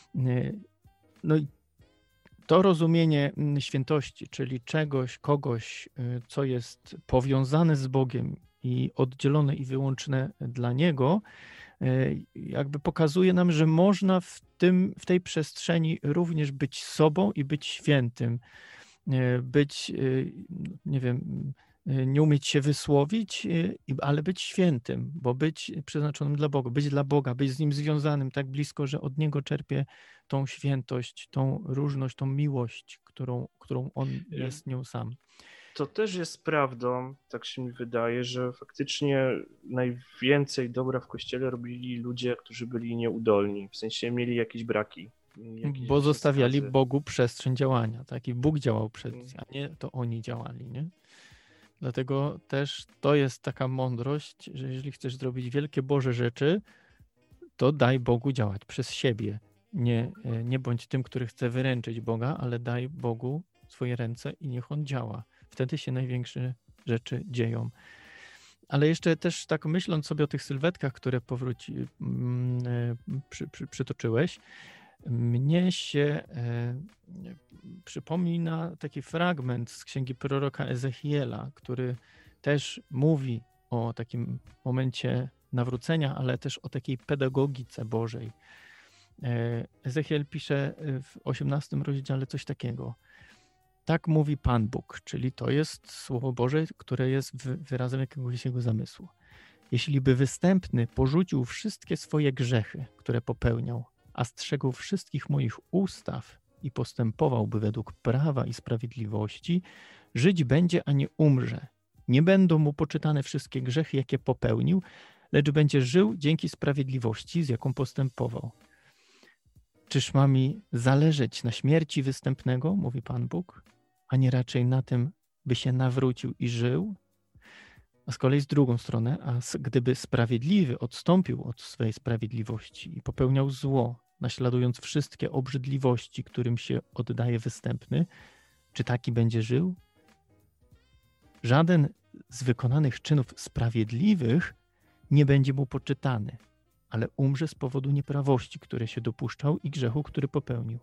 Speaker 3: No i to rozumienie świętości, czyli czegoś, kogoś, co jest powiązane z Bogiem i oddzielone i wyłączne dla Niego, jakby pokazuje nam, że można w, tym, w tej przestrzeni również być sobą i być świętym, być, nie wiem, nie umieć się wysłowić, ale być świętym, bo być przeznaczonym dla Boga, być dla Boga, być z Nim związanym tak blisko, że od Niego czerpie tą świętość, tą różność, tą miłość, którą, którą On jest nią sam.
Speaker 5: To też jest prawdą, tak się mi wydaje, że faktycznie najwięcej dobra w Kościele robili ludzie, którzy byli nieudolni, w sensie mieli jakieś braki. Jakieś
Speaker 3: bo zostawiali
Speaker 5: skazy.
Speaker 3: Bogu przestrzeń działania, tak? I Bóg działał przed nimi, a nie to oni działali, nie? Dlatego też to jest taka mądrość, że jeżeli chcesz zrobić wielkie Boże rzeczy, to daj Bogu działać przez siebie. Nie, nie bądź tym, który chce wyręczyć Boga, ale daj Bogu swoje ręce i niech On działa. Wtedy się największe rzeczy dzieją. Ale jeszcze też tak myśląc sobie o tych sylwetkach, które powróci, przy, przy, przytoczyłeś, mnie się e, przypomina taki fragment z księgi proroka Ezechiela, który też mówi o takim momencie nawrócenia, ale też o takiej pedagogice Bożej. E, Ezechiel pisze w osiemnastym rozdziale coś takiego. Tak mówi Pan Bóg, czyli to jest Słowo Boże, które jest wyrazem jakiegoś jego zamysłu. Jeśli by występny porzucił wszystkie swoje grzechy, które popełniał, a strzegł wszystkich moich ustaw i postępowałby według prawa i sprawiedliwości, żyć będzie, a nie umrze. Nie będą mu poczytane wszystkie grzechy, jakie popełnił, lecz będzie żył dzięki sprawiedliwości, z jaką postępował. Czyż ma mi zależeć na śmierci występnego, mówi Pan Bóg, a nie raczej na tym, by się nawrócił i żył? A z kolei z drugą stronę, a gdyby sprawiedliwy odstąpił od swej sprawiedliwości i popełniał zło, naśladując wszystkie obrzydliwości, którym się oddaje występny, czy taki będzie żył? Żaden z wykonanych czynów sprawiedliwych nie będzie mu poczytany, ale umrze z powodu nieprawości, które się dopuszczał i grzechu, który popełnił.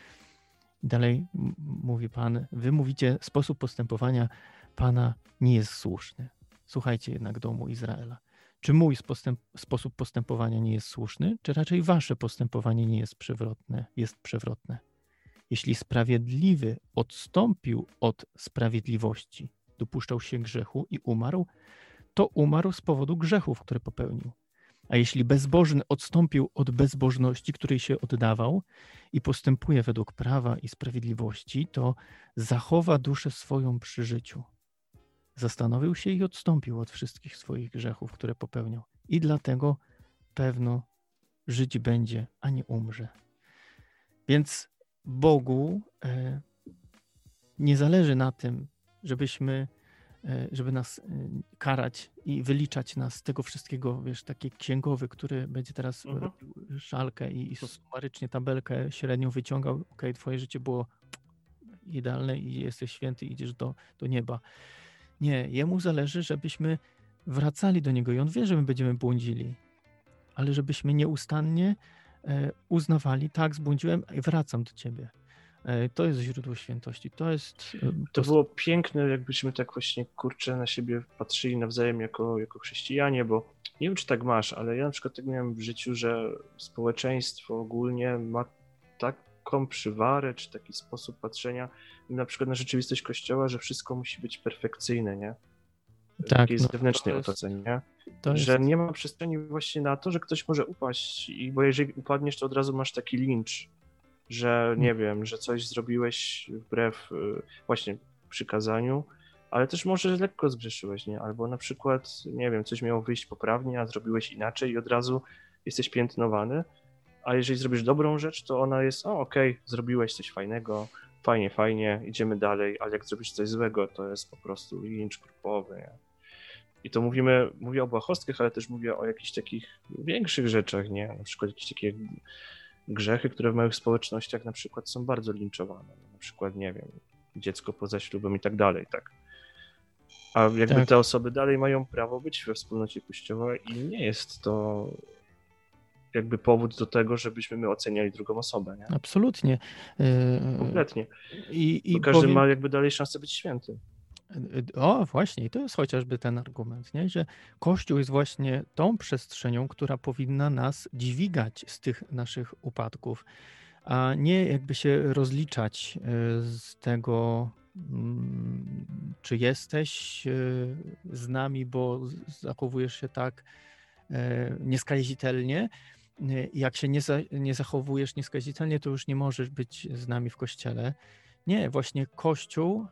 Speaker 3: Dalej mówi Pan, wy mówicie, sposób postępowania Pana nie jest słuszny. Słuchajcie jednak domu Izraela. Czy mój postęp, sposób postępowania nie jest słuszny, czy raczej wasze postępowanie nie jest przewrotne, jest przewrotne? Jeśli sprawiedliwy odstąpił od sprawiedliwości, dopuszczał się grzechu i umarł, to umarł z powodu grzechów, które popełnił. A jeśli bezbożny odstąpił od bezbożności, której się oddawał i postępuje według prawa i sprawiedliwości, to zachowa duszę swoją przy życiu. Zastanowił się i odstąpił od wszystkich swoich grzechów, które popełniał. I dlatego pewno żyć będzie, a nie umrze. Więc Bogu e, nie zależy na tym, żebyśmy żeby nas karać i wyliczać nas z tego wszystkiego, wiesz, taki księgowy, który będzie teraz mhm. szalkę i, i sumarycznie tabelkę średnią wyciągał, okej, okay, twoje życie było idealne i jesteś święty, idziesz do, do nieba. Nie, jemu zależy, żebyśmy wracali do niego i on wie, że my będziemy błądzili, ale żebyśmy nieustannie uznawali, tak, zbłądziłem i wracam do ciebie. To jest źródło świętości. To jest...
Speaker 5: To było piękne, jakbyśmy tak właśnie, kurczę, na siebie patrzyli nawzajem jako, jako chrześcijanie, bo nie wiem, czy tak masz, ale ja na przykład tak miałem w życiu, że społeczeństwo ogólnie ma taką przywarę, czy taki sposób patrzenia na przykład na rzeczywistość Kościoła, że wszystko musi być perfekcyjne, nie?
Speaker 3: Tak,
Speaker 5: Takiej
Speaker 3: no,
Speaker 5: zewnętrznej
Speaker 3: jest,
Speaker 5: otoczenie,
Speaker 3: to
Speaker 5: że
Speaker 3: jest...
Speaker 5: nie ma przestrzeni właśnie na to, że ktoś może upaść, i bo jeżeli upadniesz, to od razu masz taki lincz, że nie wiem, że coś zrobiłeś wbrew właśnie przykazaniu, ale też może lekko zgrzeszyłeś, nie? Albo na przykład, nie wiem, coś miało wyjść poprawnie, a zrobiłeś inaczej i od razu jesteś piętnowany, a jeżeli zrobisz dobrą rzecz, to ona jest, o okej, okay, zrobiłeś coś fajnego, fajnie, fajnie, idziemy dalej, ale jak zrobisz coś złego, to jest po prostu lincz grupowy, nie? I to mówimy, mówię o błahostkach, ale też mówię o jakichś takich większych rzeczach, nie? Na przykład jakieś takie grzechy, które w małych społecznościach na przykład są bardzo linczowane. Na przykład, nie wiem, dziecko poza ślubem i tak dalej, tak. A jakby
Speaker 3: tak.
Speaker 5: te osoby dalej mają prawo być we wspólnocie Kościoła i nie jest to jakby powód do tego, żebyśmy my oceniali drugą osobę, nie?
Speaker 3: Absolutnie.
Speaker 5: Kompletnie.
Speaker 3: I, i
Speaker 5: Bo każdy
Speaker 3: powiem...
Speaker 5: ma jakby dalej szansę być święty.
Speaker 3: O, właśnie, i to jest chociażby ten argument, nie? Że Kościół jest właśnie tą przestrzenią, która powinna nas dźwigać z tych naszych upadków, a nie jakby się rozliczać z tego, czy jesteś z nami, bo zachowujesz się tak nieskazitelnie. Jak się nie, za, nie zachowujesz nieskazitelnie, to już nie możesz być z nami w Kościele. Nie, właśnie Kościół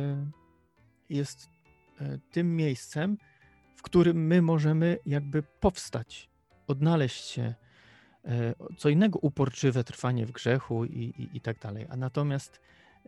Speaker 3: jest tym miejscem, w którym my możemy jakby powstać, odnaleźć się. Co innego uporczywe trwanie w grzechu i, i, i tak dalej. A natomiast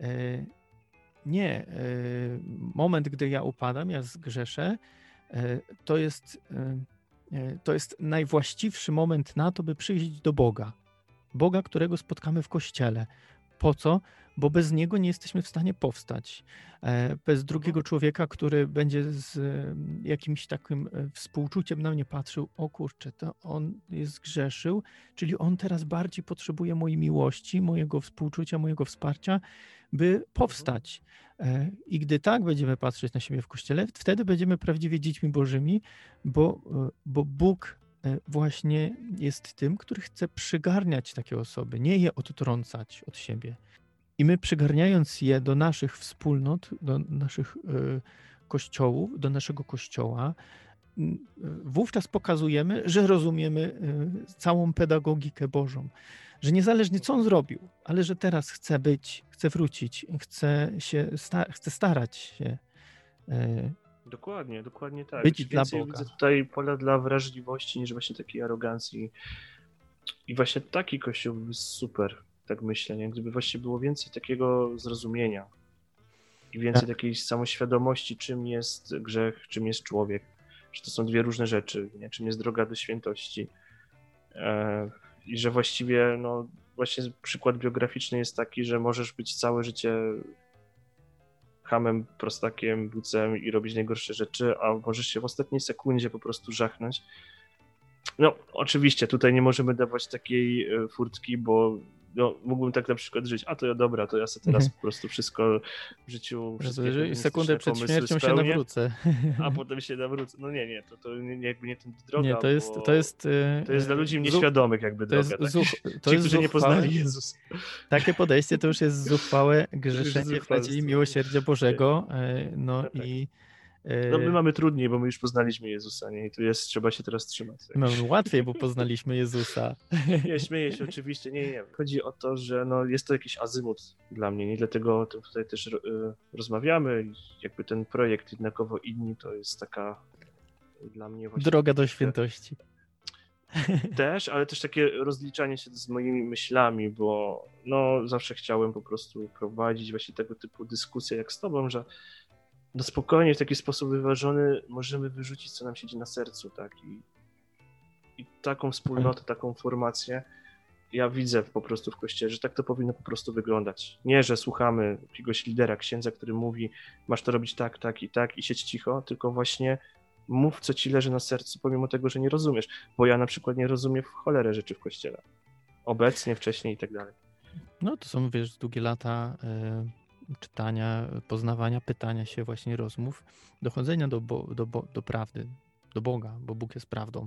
Speaker 3: nie, moment, gdy ja upadam, ja zgrzeszę, to jest, to jest najwłaściwszy moment na to, by przyjść do Boga. Boga, którego spotkamy w Kościele. Po co? Bo bez Niego nie jesteśmy w stanie powstać. Bez drugiego człowieka, który będzie z jakimś takim współczuciem na mnie patrzył, o kurczę, to on jest zgrzeszył, czyli on teraz bardziej potrzebuje mojej miłości, mojego współczucia, mojego wsparcia, by powstać. I gdy tak będziemy patrzeć na siebie w Kościele, wtedy będziemy prawdziwie dziećmi Bożymi, bo, bo Bóg właśnie jest tym, który chce przygarniać takie osoby, nie je odtrącać od siebie. I my przygarniając je do naszych wspólnot, do naszych y, kościołów, do naszego kościoła, y, wówczas pokazujemy, że rozumiemy y, całą pedagogikę Bożą. Że niezależnie co on zrobił, ale że teraz chce być, chce wrócić, chce się sta- chce starać się. Y,
Speaker 5: Dokładnie, dokładnie tak.
Speaker 3: Być
Speaker 5: Więcej
Speaker 3: dla Boga.
Speaker 5: Widzę tutaj pola dla wrażliwości niż właśnie takiej arogancji. I właśnie taki kościół był super, tak myślę, nie? Gdyby właśnie było więcej takiego zrozumienia i więcej
Speaker 3: Tak.
Speaker 5: takiej samoświadomości, czym jest grzech, czym jest człowiek, że to są dwie różne rzeczy, nie? Czym jest droga do świętości. E, I że właściwie, no właśnie przykład biograficzny jest taki, że możesz być całe życie chamem, prostakiem, bucem i robić najgorsze rzeczy, a możesz się w ostatniej sekundzie po prostu żachnąć. No, oczywiście, tutaj nie możemy dawać takiej e, furtki, bo no, mógłbym tak na przykład żyć, a to ja dobra, to ja sobie teraz po prostu wszystko w życiu, wszystkie
Speaker 3: Że
Speaker 5: feministyczne
Speaker 3: sekundę przed
Speaker 5: pomysły
Speaker 3: śmiercią się
Speaker 5: spełnię,
Speaker 3: nawrócę.
Speaker 5: a potem się nawrócę. No nie, nie, to, to nie, nie- jakby nie tędy droga,
Speaker 3: Nie, to jest,
Speaker 5: bo
Speaker 3: to jest, e,
Speaker 5: to jest dla ludzi
Speaker 3: zu-
Speaker 5: nieświadomych jakby
Speaker 3: to jest
Speaker 5: droga. Tak?
Speaker 3: zuch- to
Speaker 5: Ci,
Speaker 3: jest
Speaker 5: którzy nie
Speaker 3: zuchwałe.
Speaker 5: poznali Jezusa.
Speaker 3: Takie podejście to już jest zuchwałe grzeszenie w
Speaker 5: zuchwalstwo.
Speaker 3: nadziei miłosierdzia Bożego. e, No
Speaker 5: Tak, tak.
Speaker 3: i
Speaker 5: No my
Speaker 3: e,
Speaker 5: mamy trudniej, bo my już poznaliśmy Jezusa, nie? I tu jest, trzeba się teraz trzymać.
Speaker 3: mamy łatwiej, bo poznaliśmy Jezusa.
Speaker 5: Nie, śmieję się oczywiście, nie, nie. Chodzi o to, że no, jest to jakiś azymut dla mnie, nie dlatego o tym tutaj też y, rozmawiamy. I jakby ten projekt Jednakowo Inni to jest taka dla mnie właśnie
Speaker 3: Droga do świętości.
Speaker 5: też, ale też takie rozliczanie się z moimi myślami, bo no zawsze chciałem po prostu prowadzić właśnie tego typu dyskusje jak z tobą, że no spokojnie w taki sposób wyważony możemy wyrzucić, co nam siedzi na sercu, tak? I, i taką wspólnotę, taką formację ja widzę po prostu w Kościele, że tak to powinno po prostu wyglądać. Nie, że słuchamy jakiegoś lidera, księdza, który mówi, masz to robić tak, tak i tak i siedź cicho, tylko właśnie mów, co ci leży na sercu, pomimo tego, że nie rozumiesz. Bo ja na przykład nie rozumiem w cholerę rzeczy w Kościele. Obecnie, wcześniej i tak dalej.
Speaker 3: No to są, wiesz, długie lata e, czytania, poznawania, pytania się, właśnie rozmów, dochodzenia do, bo, do, bo, do prawdy, do Boga, bo Bóg jest prawdą.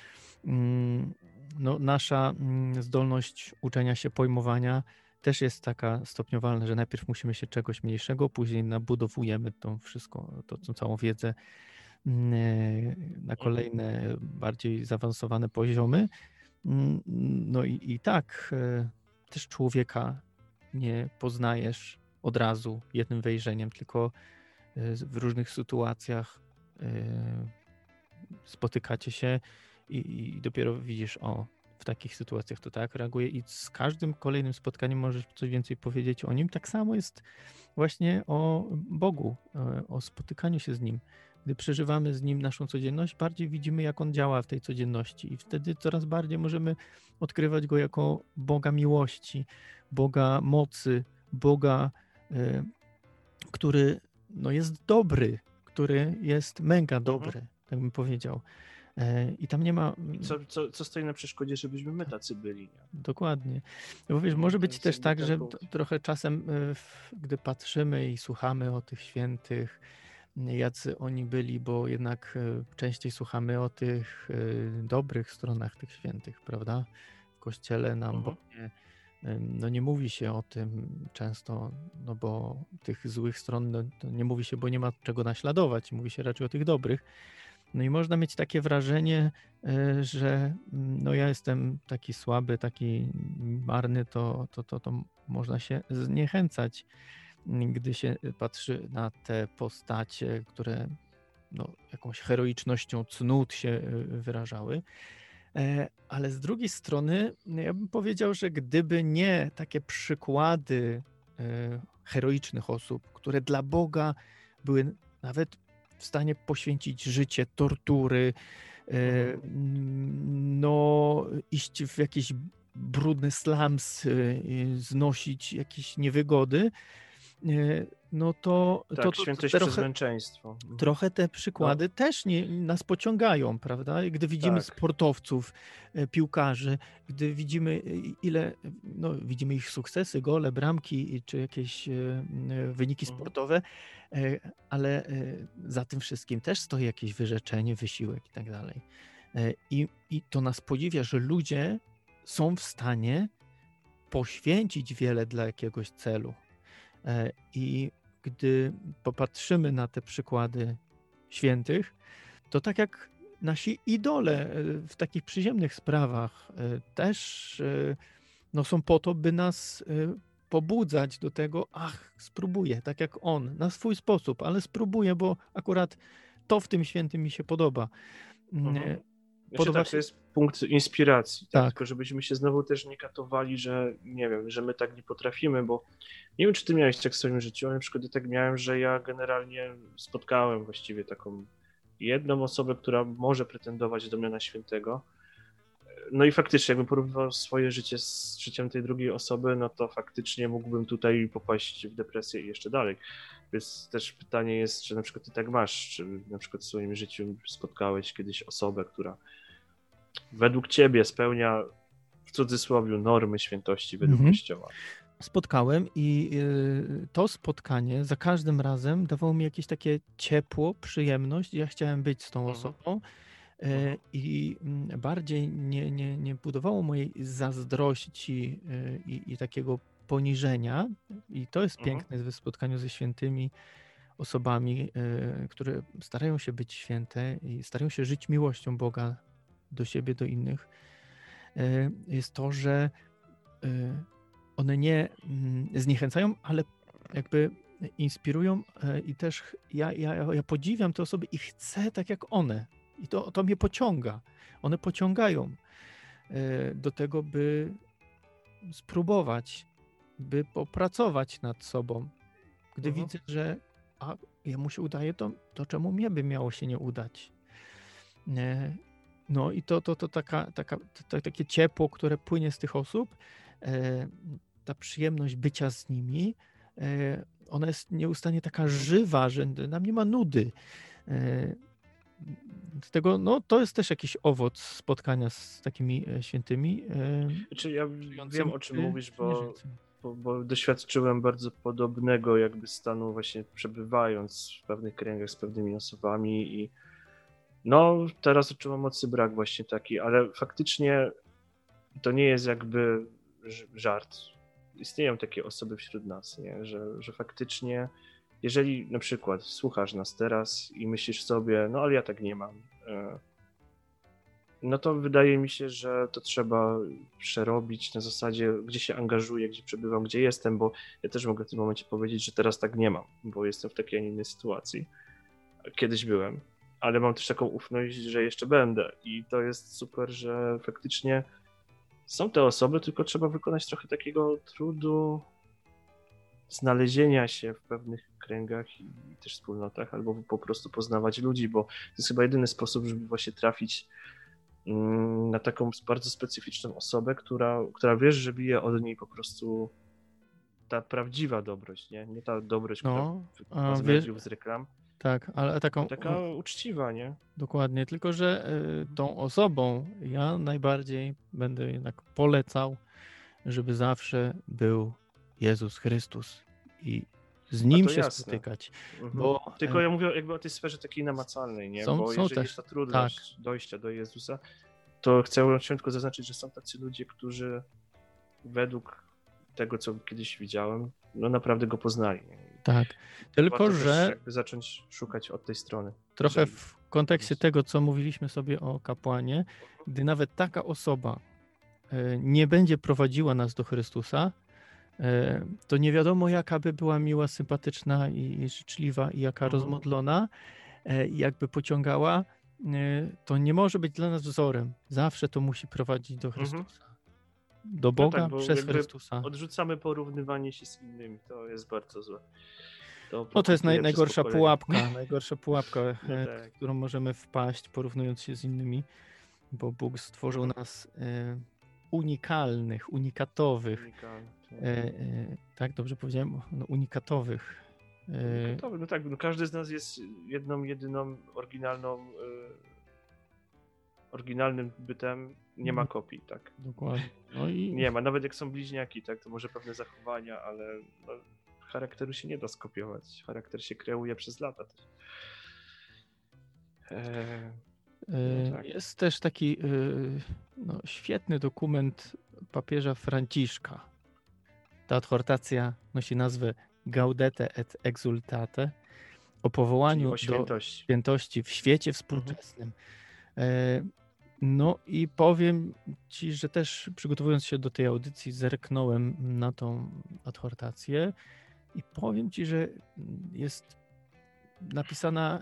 Speaker 3: Mm, No, nasza mm, zdolność uczenia się, pojmowania też jest taka stopniowalna, że najpierw musimy się czegoś mniejszego, później nabudowujemy to wszystko, to, tą całą wiedzę mm, e, na kolejne, bardziej zaawansowane poziomy. Mm, No i, i tak e, też człowieka nie poznajesz od razu jednym wejrzeniem, tylko e, w różnych sytuacjach e, spotykacie się i, i dopiero widzisz, o, w takich sytuacjach to tak reaguje i z każdym kolejnym spotkaniem możesz coś więcej powiedzieć o nim. Tak samo jest właśnie o Bogu, e, o spotykaniu się z Nim. Gdy przeżywamy z Nim naszą codzienność, bardziej widzimy, jak On działa w tej codzienności i wtedy coraz bardziej możemy odkrywać Go jako Boga miłości, Boga mocy, Boga, e, który no, jest dobry, który jest mega dobry, tak bym powiedział. E, I tam nie ma...
Speaker 5: Co, co, co stoi na przeszkodzie, żebyśmy my tacy byli, nie?
Speaker 3: Dokładnie. Bo wiesz,
Speaker 5: No,
Speaker 3: może
Speaker 5: to
Speaker 3: być
Speaker 5: jest
Speaker 3: też
Speaker 5: jakby
Speaker 3: tak, że
Speaker 5: taką-
Speaker 3: t- trochę czasem, y, w- gdy patrzymy i słuchamy o tych świętych, y, jacy oni byli, bo jednak y, częściej słuchamy o tych y, dobrych stronach tych świętych, prawda? W Kościele nam
Speaker 5: Mhm.
Speaker 3: bo nie, y, no nie mówi się o tym często, no bo tych złych stron no, to nie mówi się, bo nie ma czego naśladować, mówi się raczej o tych dobrych. No i można mieć takie wrażenie, y, że mm, no ja jestem taki słaby, taki marny, to, to, to, to można się zniechęcać, mm, gdy się patrzy na te postacie, które no, jakąś heroicznością cnót się y, wyrażały. E, Ale z drugiej strony, no ja bym powiedział, że gdyby nie takie przykłady e, heroicznych osób, które dla Boga były nawet w stanie poświęcić życie, tortury, e, mm, no iść w jakieś brudne slums, e, znosić jakieś niewygody, e, no to,
Speaker 5: Tak,
Speaker 3: to, to
Speaker 5: świętość
Speaker 3: trochę,
Speaker 5: przez męczeństwo. Mhm.
Speaker 3: trochę te przykłady też nie, nas pociągają, prawda? I gdy widzimy
Speaker 5: Tak.
Speaker 3: sportowców, e, piłkarzy, gdy widzimy e, ile, no widzimy ich sukcesy, gole, bramki, czy jakieś e, e, wyniki
Speaker 5: Mhm.
Speaker 3: sportowe, e, ale e, za tym wszystkim też stoi jakieś wyrzeczenie, wysiłek i tak dalej. E, I, I to nas podziwia, że ludzie są w stanie poświęcić wiele dla jakiegoś celu. E, I gdy popatrzymy na te przykłady świętych, to tak jak nasi idole e, w takich przyziemnych sprawach e, też e, no, są po to, by nas e, pobudzać do tego, ach, spróbuję, tak jak on, na swój sposób, ale spróbuję, bo akurat to w tym świętym mi się podoba. Mm,
Speaker 5: Mhm.
Speaker 3: e,
Speaker 5: Znaczy,
Speaker 3: Podoba
Speaker 5: tak,
Speaker 3: się-
Speaker 5: to jest punkt inspiracji, tak?
Speaker 3: Tak.
Speaker 5: Tylko żebyśmy się znowu też nie katowali, że nie wiem, że my tak nie potrafimy, bo nie wiem, czy ty miałeś tak w swoim życiu, ale na przykład ja tak miałem, że ja generalnie spotkałem właściwie taką jedną osobę, która może pretendować do miana świętego. No i faktycznie, jakbym porównywał swoje życie z życiem tej drugiej osoby, no to faktycznie mógłbym tutaj popaść w depresję i jeszcze dalej. Więc też pytanie jest, czy na przykład ty tak masz, czy na przykład w swoim życiu spotkałeś kiedyś osobę, która według ciebie spełnia w cudzysłowie normy świętości według
Speaker 3: Mhm.
Speaker 5: Kościoła.
Speaker 3: Spotkałem i y, to spotkanie za każdym razem dawało mi jakieś takie ciepło, przyjemność. Ja chciałem być z tą
Speaker 5: Mhm.
Speaker 3: osobą y,
Speaker 5: Mhm.
Speaker 3: i mm, bardziej nie, nie, nie budowało mojej zazdrości y, i, i takiego poniżenia. I to jest
Speaker 5: Mhm.
Speaker 3: piękne w spotkaniu ze świętymi osobami, y, które starają się być święte i starają się żyć miłością Boga do siebie, do innych. Y, jest to, że y, one nie mm, zniechęcają, ale jakby inspirują e, i też ch- ja, ja, ja podziwiam te osoby i chcę tak jak one. I to, to mnie pociąga. One pociągają e, do tego, by spróbować, by popracować nad sobą. Gdy
Speaker 5: Mhm.
Speaker 3: widzę, że a jemu się udaje, to, to czemu mnie by miało się nie udać? E, No i to, to, to taka, taka, to, takie ciepło, które płynie z tych osób, e, ta przyjemność bycia z nimi, e, ona jest nieustannie taka żywa, że nam nie ma nudy. E, Z tego, no to jest też jakiś owoc spotkania z takimi e, świętymi. e,
Speaker 5: Znaczy ja
Speaker 3: żyjącymi
Speaker 5: wiem, o czym
Speaker 3: czy-
Speaker 5: mówisz,
Speaker 3: czy
Speaker 5: bo,
Speaker 3: nieżyjącymi.
Speaker 5: bo, bo doświadczyłem bardzo podobnego jakby stanu właśnie przebywając w pewnych kręgach z pewnymi osobami i no teraz odczuwam mocny brak właśnie taki, ale faktycznie to nie jest jakby ż- żart. Istnieją takie osoby wśród nas, nie? Że, że faktycznie jeżeli na przykład słuchasz nas teraz i myślisz sobie, no ale ja tak nie mam, e, no to wydaje mi się, że to trzeba przerobić na zasadzie, gdzie się angażuję, gdzie przebywam, gdzie jestem, bo ja też mogę w tym momencie powiedzieć, że teraz tak nie mam, bo jestem w takiej, a nie innej sytuacji. Kiedyś byłem, ale mam też taką ufność, że jeszcze będę i to jest super, że faktycznie są te osoby, tylko trzeba wykonać trochę takiego trudu znalezienia się w pewnych kręgach i też wspólnotach, albo po prostu poznawać ludzi, bo to jest chyba jedyny sposób, żeby właśnie trafić mm, na taką bardzo specyficzną osobę, która, która wiesz, że bije od niej po prostu ta prawdziwa dobroć, nie? Nie ta dobrość,
Speaker 3: No,
Speaker 5: która wypływa
Speaker 3: a
Speaker 5: z
Speaker 3: wiesz,
Speaker 5: mediów, z reklam,
Speaker 3: tak, ale taką
Speaker 5: taka uczciwa, nie?
Speaker 3: dokładnie, tylko że y, tą osobą ja najbardziej będę jednak polecał, żeby zawsze był Jezus Chrystus i z
Speaker 5: A
Speaker 3: Nim
Speaker 5: to
Speaker 3: się
Speaker 5: jasne.
Speaker 3: spotykać,
Speaker 5: Mhm.
Speaker 3: bo
Speaker 5: Tylko
Speaker 3: e,
Speaker 5: ja mówię jakby o tej sferze takiej namacalnej, nie?
Speaker 3: Są-
Speaker 5: Bo
Speaker 3: są
Speaker 5: jeżeli
Speaker 3: też,
Speaker 5: jest ta trudność dojścia do Jezusa, to chcę tylko zaznaczyć, że są tacy ludzie, którzy według tego, co kiedyś widziałem, no naprawdę go poznali. Nie? I
Speaker 3: tak, tylko
Speaker 5: warto też
Speaker 3: że
Speaker 5: jakby zacząć szukać od tej strony.
Speaker 3: trochę
Speaker 5: jeżeli-
Speaker 3: w kontekście tego, co mówiliśmy sobie o kapłanie, gdy nawet taka osoba e, nie będzie prowadziła nas do Chrystusa, e, to nie wiadomo, jaka by była miła, sympatyczna i i życzliwa i jaka
Speaker 5: Mhm.
Speaker 3: rozmodlona, e, i jakby pociągała, e, to nie może być dla nas wzorem. Zawsze to musi prowadzić do
Speaker 5: Mhm.
Speaker 3: Chrystusa. Do Boga
Speaker 5: tak, bo
Speaker 3: przez
Speaker 5: jakby
Speaker 3: Chrystusa.
Speaker 5: Odrzucamy porównywanie się z innymi, to jest bardzo złe. To
Speaker 3: No to jest naj,
Speaker 5: profituje przez
Speaker 3: najgorsza
Speaker 5: pokolenia.
Speaker 3: pułapka, najgorsza pułapka, e,
Speaker 5: No
Speaker 3: w
Speaker 5: tak.
Speaker 3: którą możemy wpaść, porównując się z innymi, bo Bóg stworzył
Speaker 5: Mhm.
Speaker 3: nas e, unikalnych, unikatowych,
Speaker 5: Unikalne, tak.
Speaker 3: e, e, tak dobrze powiedziałem, no, unikatowych. E,
Speaker 5: Unikatowy, no tak, no każdy z nas jest jedną, jedyną, oryginalną, y, oryginalnym bytem, nie ma
Speaker 3: Mhm.
Speaker 5: kopii, tak.
Speaker 3: Dokładnie. No i
Speaker 5: Nie ma, nawet jak są bliźniaki, tak, to może pewne zachowania, ale no, charakteru się nie da skopiować. Charakter się kreuje przez lata też. Eee,
Speaker 3: e,
Speaker 5: tak.
Speaker 3: jest też taki e, no, świetny dokument papieża Franciszka. Ta adhortacja nosi nazwę Gaudete et Exultate o
Speaker 5: czyli
Speaker 3: powołaniu
Speaker 5: o
Speaker 3: do
Speaker 5: świętości.
Speaker 3: świętości w świecie współczesnym. E, No i powiem ci, że też przygotowując się do tej audycji, zerknąłem na tą adhortację i powiem ci, że jest napisana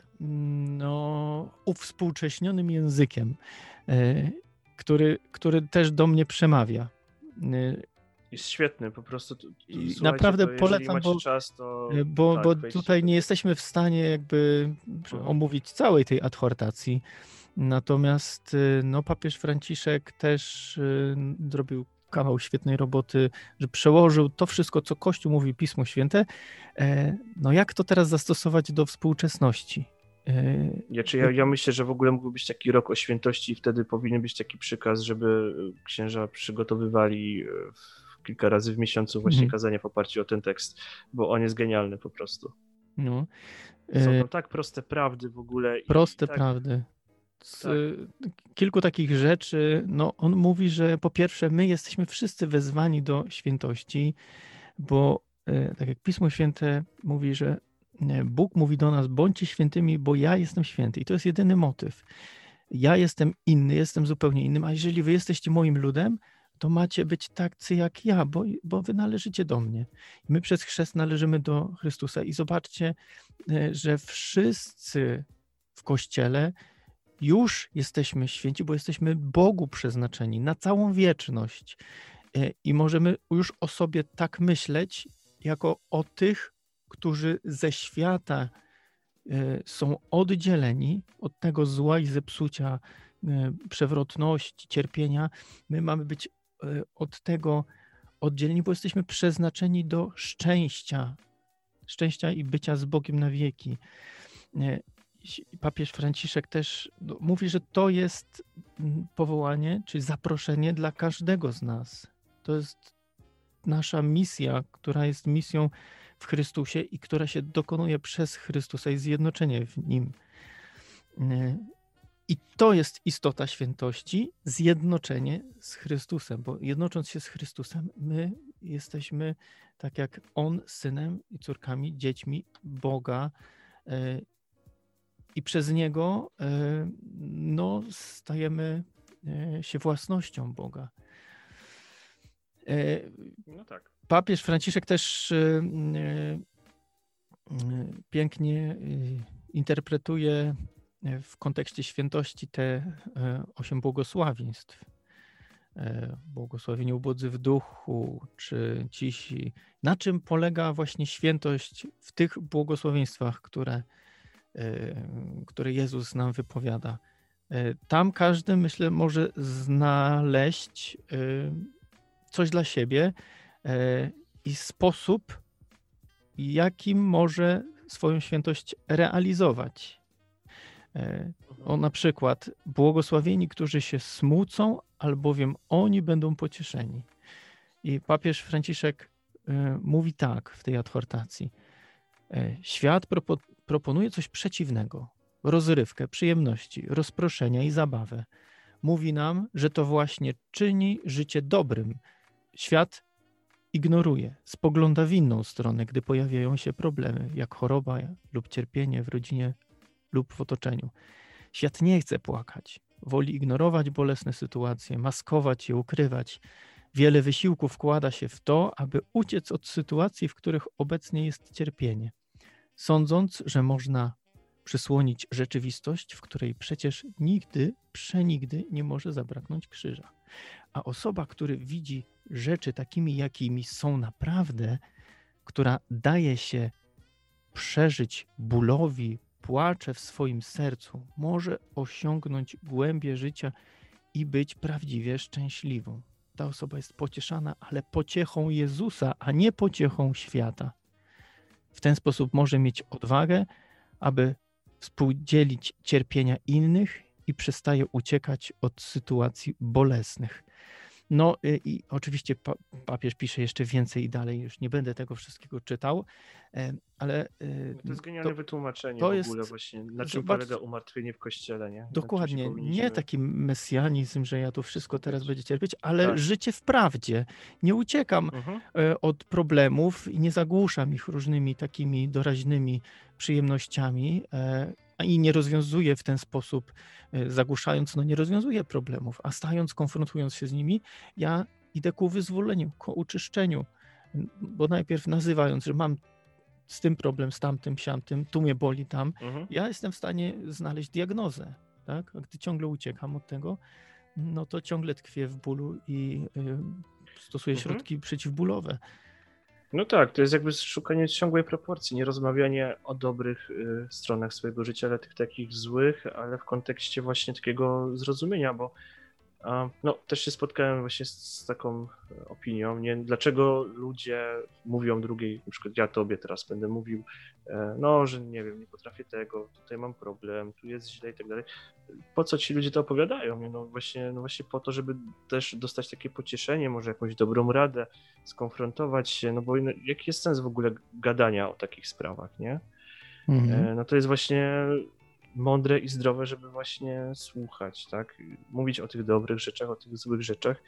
Speaker 3: no, uwspółcześnionym językiem, e, który, który też do mnie przemawia. E,
Speaker 5: Jest świetny, po prostu. Tu, tu,
Speaker 3: I
Speaker 5: słuchajcie,
Speaker 3: naprawdę
Speaker 5: to jeżeli
Speaker 3: polecam,
Speaker 5: macie
Speaker 3: bo,
Speaker 5: czas, to
Speaker 3: bo,
Speaker 5: tak,
Speaker 3: bo
Speaker 5: wejdźcie
Speaker 3: tutaj
Speaker 5: sobie.
Speaker 3: nie jesteśmy w stanie jakby
Speaker 5: Mhm.
Speaker 3: omówić całej tej adhortacji. Natomiast y, no, papież Franciszek też y, zrobił kawał świetnej roboty, że przełożył to wszystko, co Kościół mówi, Pismo Święte. E, no jak to teraz zastosować do współczesności? E,
Speaker 5: Ja, czy ja, ja myślę, że w ogóle mógłby być taki rok o świętości i wtedy powinien być taki przykaz, żeby księża przygotowywali w kilka razy w miesiącu właśnie
Speaker 3: Mhm.
Speaker 5: kazania w oparciu o ten tekst, bo on jest genialny po prostu.
Speaker 3: no,
Speaker 5: Są
Speaker 3: e,
Speaker 5: tam tak proste prawdy w ogóle. I
Speaker 3: proste
Speaker 5: tak,
Speaker 3: prawdy. Z
Speaker 5: tak.
Speaker 3: y, kilku takich rzeczy, no on mówi, że po pierwsze my jesteśmy wszyscy wezwani do świętości, bo y, tak jak Pismo Święte mówi, że y, Bóg mówi do nas, bądźcie świętymi, bo ja jestem święty. I to jest jedyny motyw. Ja jestem inny, jestem zupełnie innym, a jeżeli wy jesteście moim ludem, to macie być tacy jak ja, bo, bo wy należycie do mnie. My przez chrzest należymy do Chrystusa. I zobaczcie, y, że wszyscy w Kościele już jesteśmy święci, bo jesteśmy Bogu przeznaczeni na całą wieczność. E, I możemy już o sobie tak myśleć, jako o tych, którzy ze świata e, są oddzieleni od tego zła i zepsucia, e, przewrotności, cierpienia. My mamy być e, od tego oddzieleni, bo jesteśmy przeznaczeni do szczęścia, szczęścia i bycia z Bogiem na wieki. E, Papież Franciszek też no, mówi, że to jest mm, powołanie, czy zaproszenie dla każdego z nas. To jest nasza misja, która jest misją w Chrystusie i która się dokonuje przez Chrystusa i zjednoczenie w Nim. E, I to jest istota świętości, zjednoczenie z Chrystusem, bo jednocząc się z Chrystusem, my jesteśmy tak jak On, synem i córkami, dziećmi Boga, e, i przez Niego e, no, stajemy e, się własnością Boga. E,
Speaker 5: No tak.
Speaker 3: Papież Franciszek też e, e, pięknie e, interpretuje w kontekście świętości te e, osiem błogosławieństw. E, Błogosławieni ubodzy w duchu, czy cisi. Na czym polega właśnie świętość w tych błogosławieństwach, które które Jezus nam wypowiada. Tam każdy, myślę, może znaleźć coś dla siebie i sposób, jakim może swoją świętość realizować. O, na przykład, błogosławieni, którzy się smucą, albowiem oni będą pocieszeni. I papież Franciszek mówi tak w tej adhortacji. Świat propo- proponuje coś przeciwnego. Rozrywkę, przyjemności, rozproszenia i zabawę. Mówi nam, że to właśnie czyni życie dobrym. Świat ignoruje, spogląda w inną stronę, gdy pojawiają się problemy, jak choroba lub cierpienie w rodzinie lub w otoczeniu. Świat nie chce płakać. Woli ignorować bolesne sytuacje, maskować je, ukrywać. Wiele wysiłku wkłada się w to, aby uciec od sytuacji, w których obecnie jest cierpienie, sądząc, że można przysłonić rzeczywistość, w której przecież nigdy, przenigdy nie może zabraknąć krzyża. A osoba, która widzi rzeczy takimi, jakimi są naprawdę, która daje się przeżyć bólowi, płacze w swoim sercu, może osiągnąć głębię życia i być prawdziwie szczęśliwą. Ta osoba jest pocieszana, ale pociechą Jezusa, a nie pociechą świata. W ten sposób może mieć odwagę, aby współdzielić cierpienia innych i przestaje uciekać od sytuacji bolesnych. No i, i oczywiście pa, papież pisze jeszcze więcej i dalej, już nie będę tego wszystkiego czytał, e, ale... e,
Speaker 5: To jest genialne
Speaker 3: to,
Speaker 5: wytłumaczenie
Speaker 3: to
Speaker 5: w
Speaker 3: jest-
Speaker 5: ogóle właśnie, na czym
Speaker 3: zobacz-
Speaker 5: polega umartwienie w Kościele, nie? Nad czym się
Speaker 3: Dokładnie,
Speaker 5: powinniśmy-
Speaker 3: nie taki mesjanizm, że ja tu wszystko teraz
Speaker 5: skupiać.
Speaker 3: będzie cierpieć, ale
Speaker 5: Tak.
Speaker 3: życie w prawdzie. Nie uciekam
Speaker 5: Mhm.
Speaker 3: e, od problemów i nie zagłuszam ich różnymi takimi doraźnymi przyjemnościami e, a i nie rozwiązuję w ten sposób, e, zagłuszając, no nie rozwiązuję problemów, a stając, konfrontując się z nimi, ja idę ku wyzwoleniu, ku uczyszczeniu, bo najpierw nazywając, że mam z tym problem, z tamtym, siamtym, tu mnie boli, tam.
Speaker 5: Mhm.
Speaker 3: Ja jestem w stanie znaleźć diagnozę, tak? A gdy ciągle uciekam od tego, no to ciągle tkwię w bólu i y, stosuję
Speaker 5: Mhm.
Speaker 3: środki przeciwbólowe.
Speaker 5: No tak, to jest jakby szukanie ciągłej proporcji, nie rozmawianie o dobrych y, stronach swojego życia, ale tych takich złych, ale w kontekście właśnie takiego zrozumienia, bo a, no, też się spotkałem właśnie z, z taką e, opinią, nie? Dlaczego ludzie mówią drugiej, na przykład ja tobie teraz będę mówił, e, no, że nie wiem, nie potrafię tego, tutaj mam problem, tu jest źle i tak dalej. Po co ci ludzie to opowiadają? Nie? No właśnie, no właśnie po to, żeby też dostać takie pocieszenie, może jakąś dobrą radę, skonfrontować się, no bo no, jaki jest sens w ogóle gadania o takich sprawach, nie?
Speaker 3: Mhm.
Speaker 5: E, no to jest właśnie mądre i zdrowe, żeby właśnie słuchać, tak? Mówić o tych dobrych rzeczach, o tych złych rzeczach.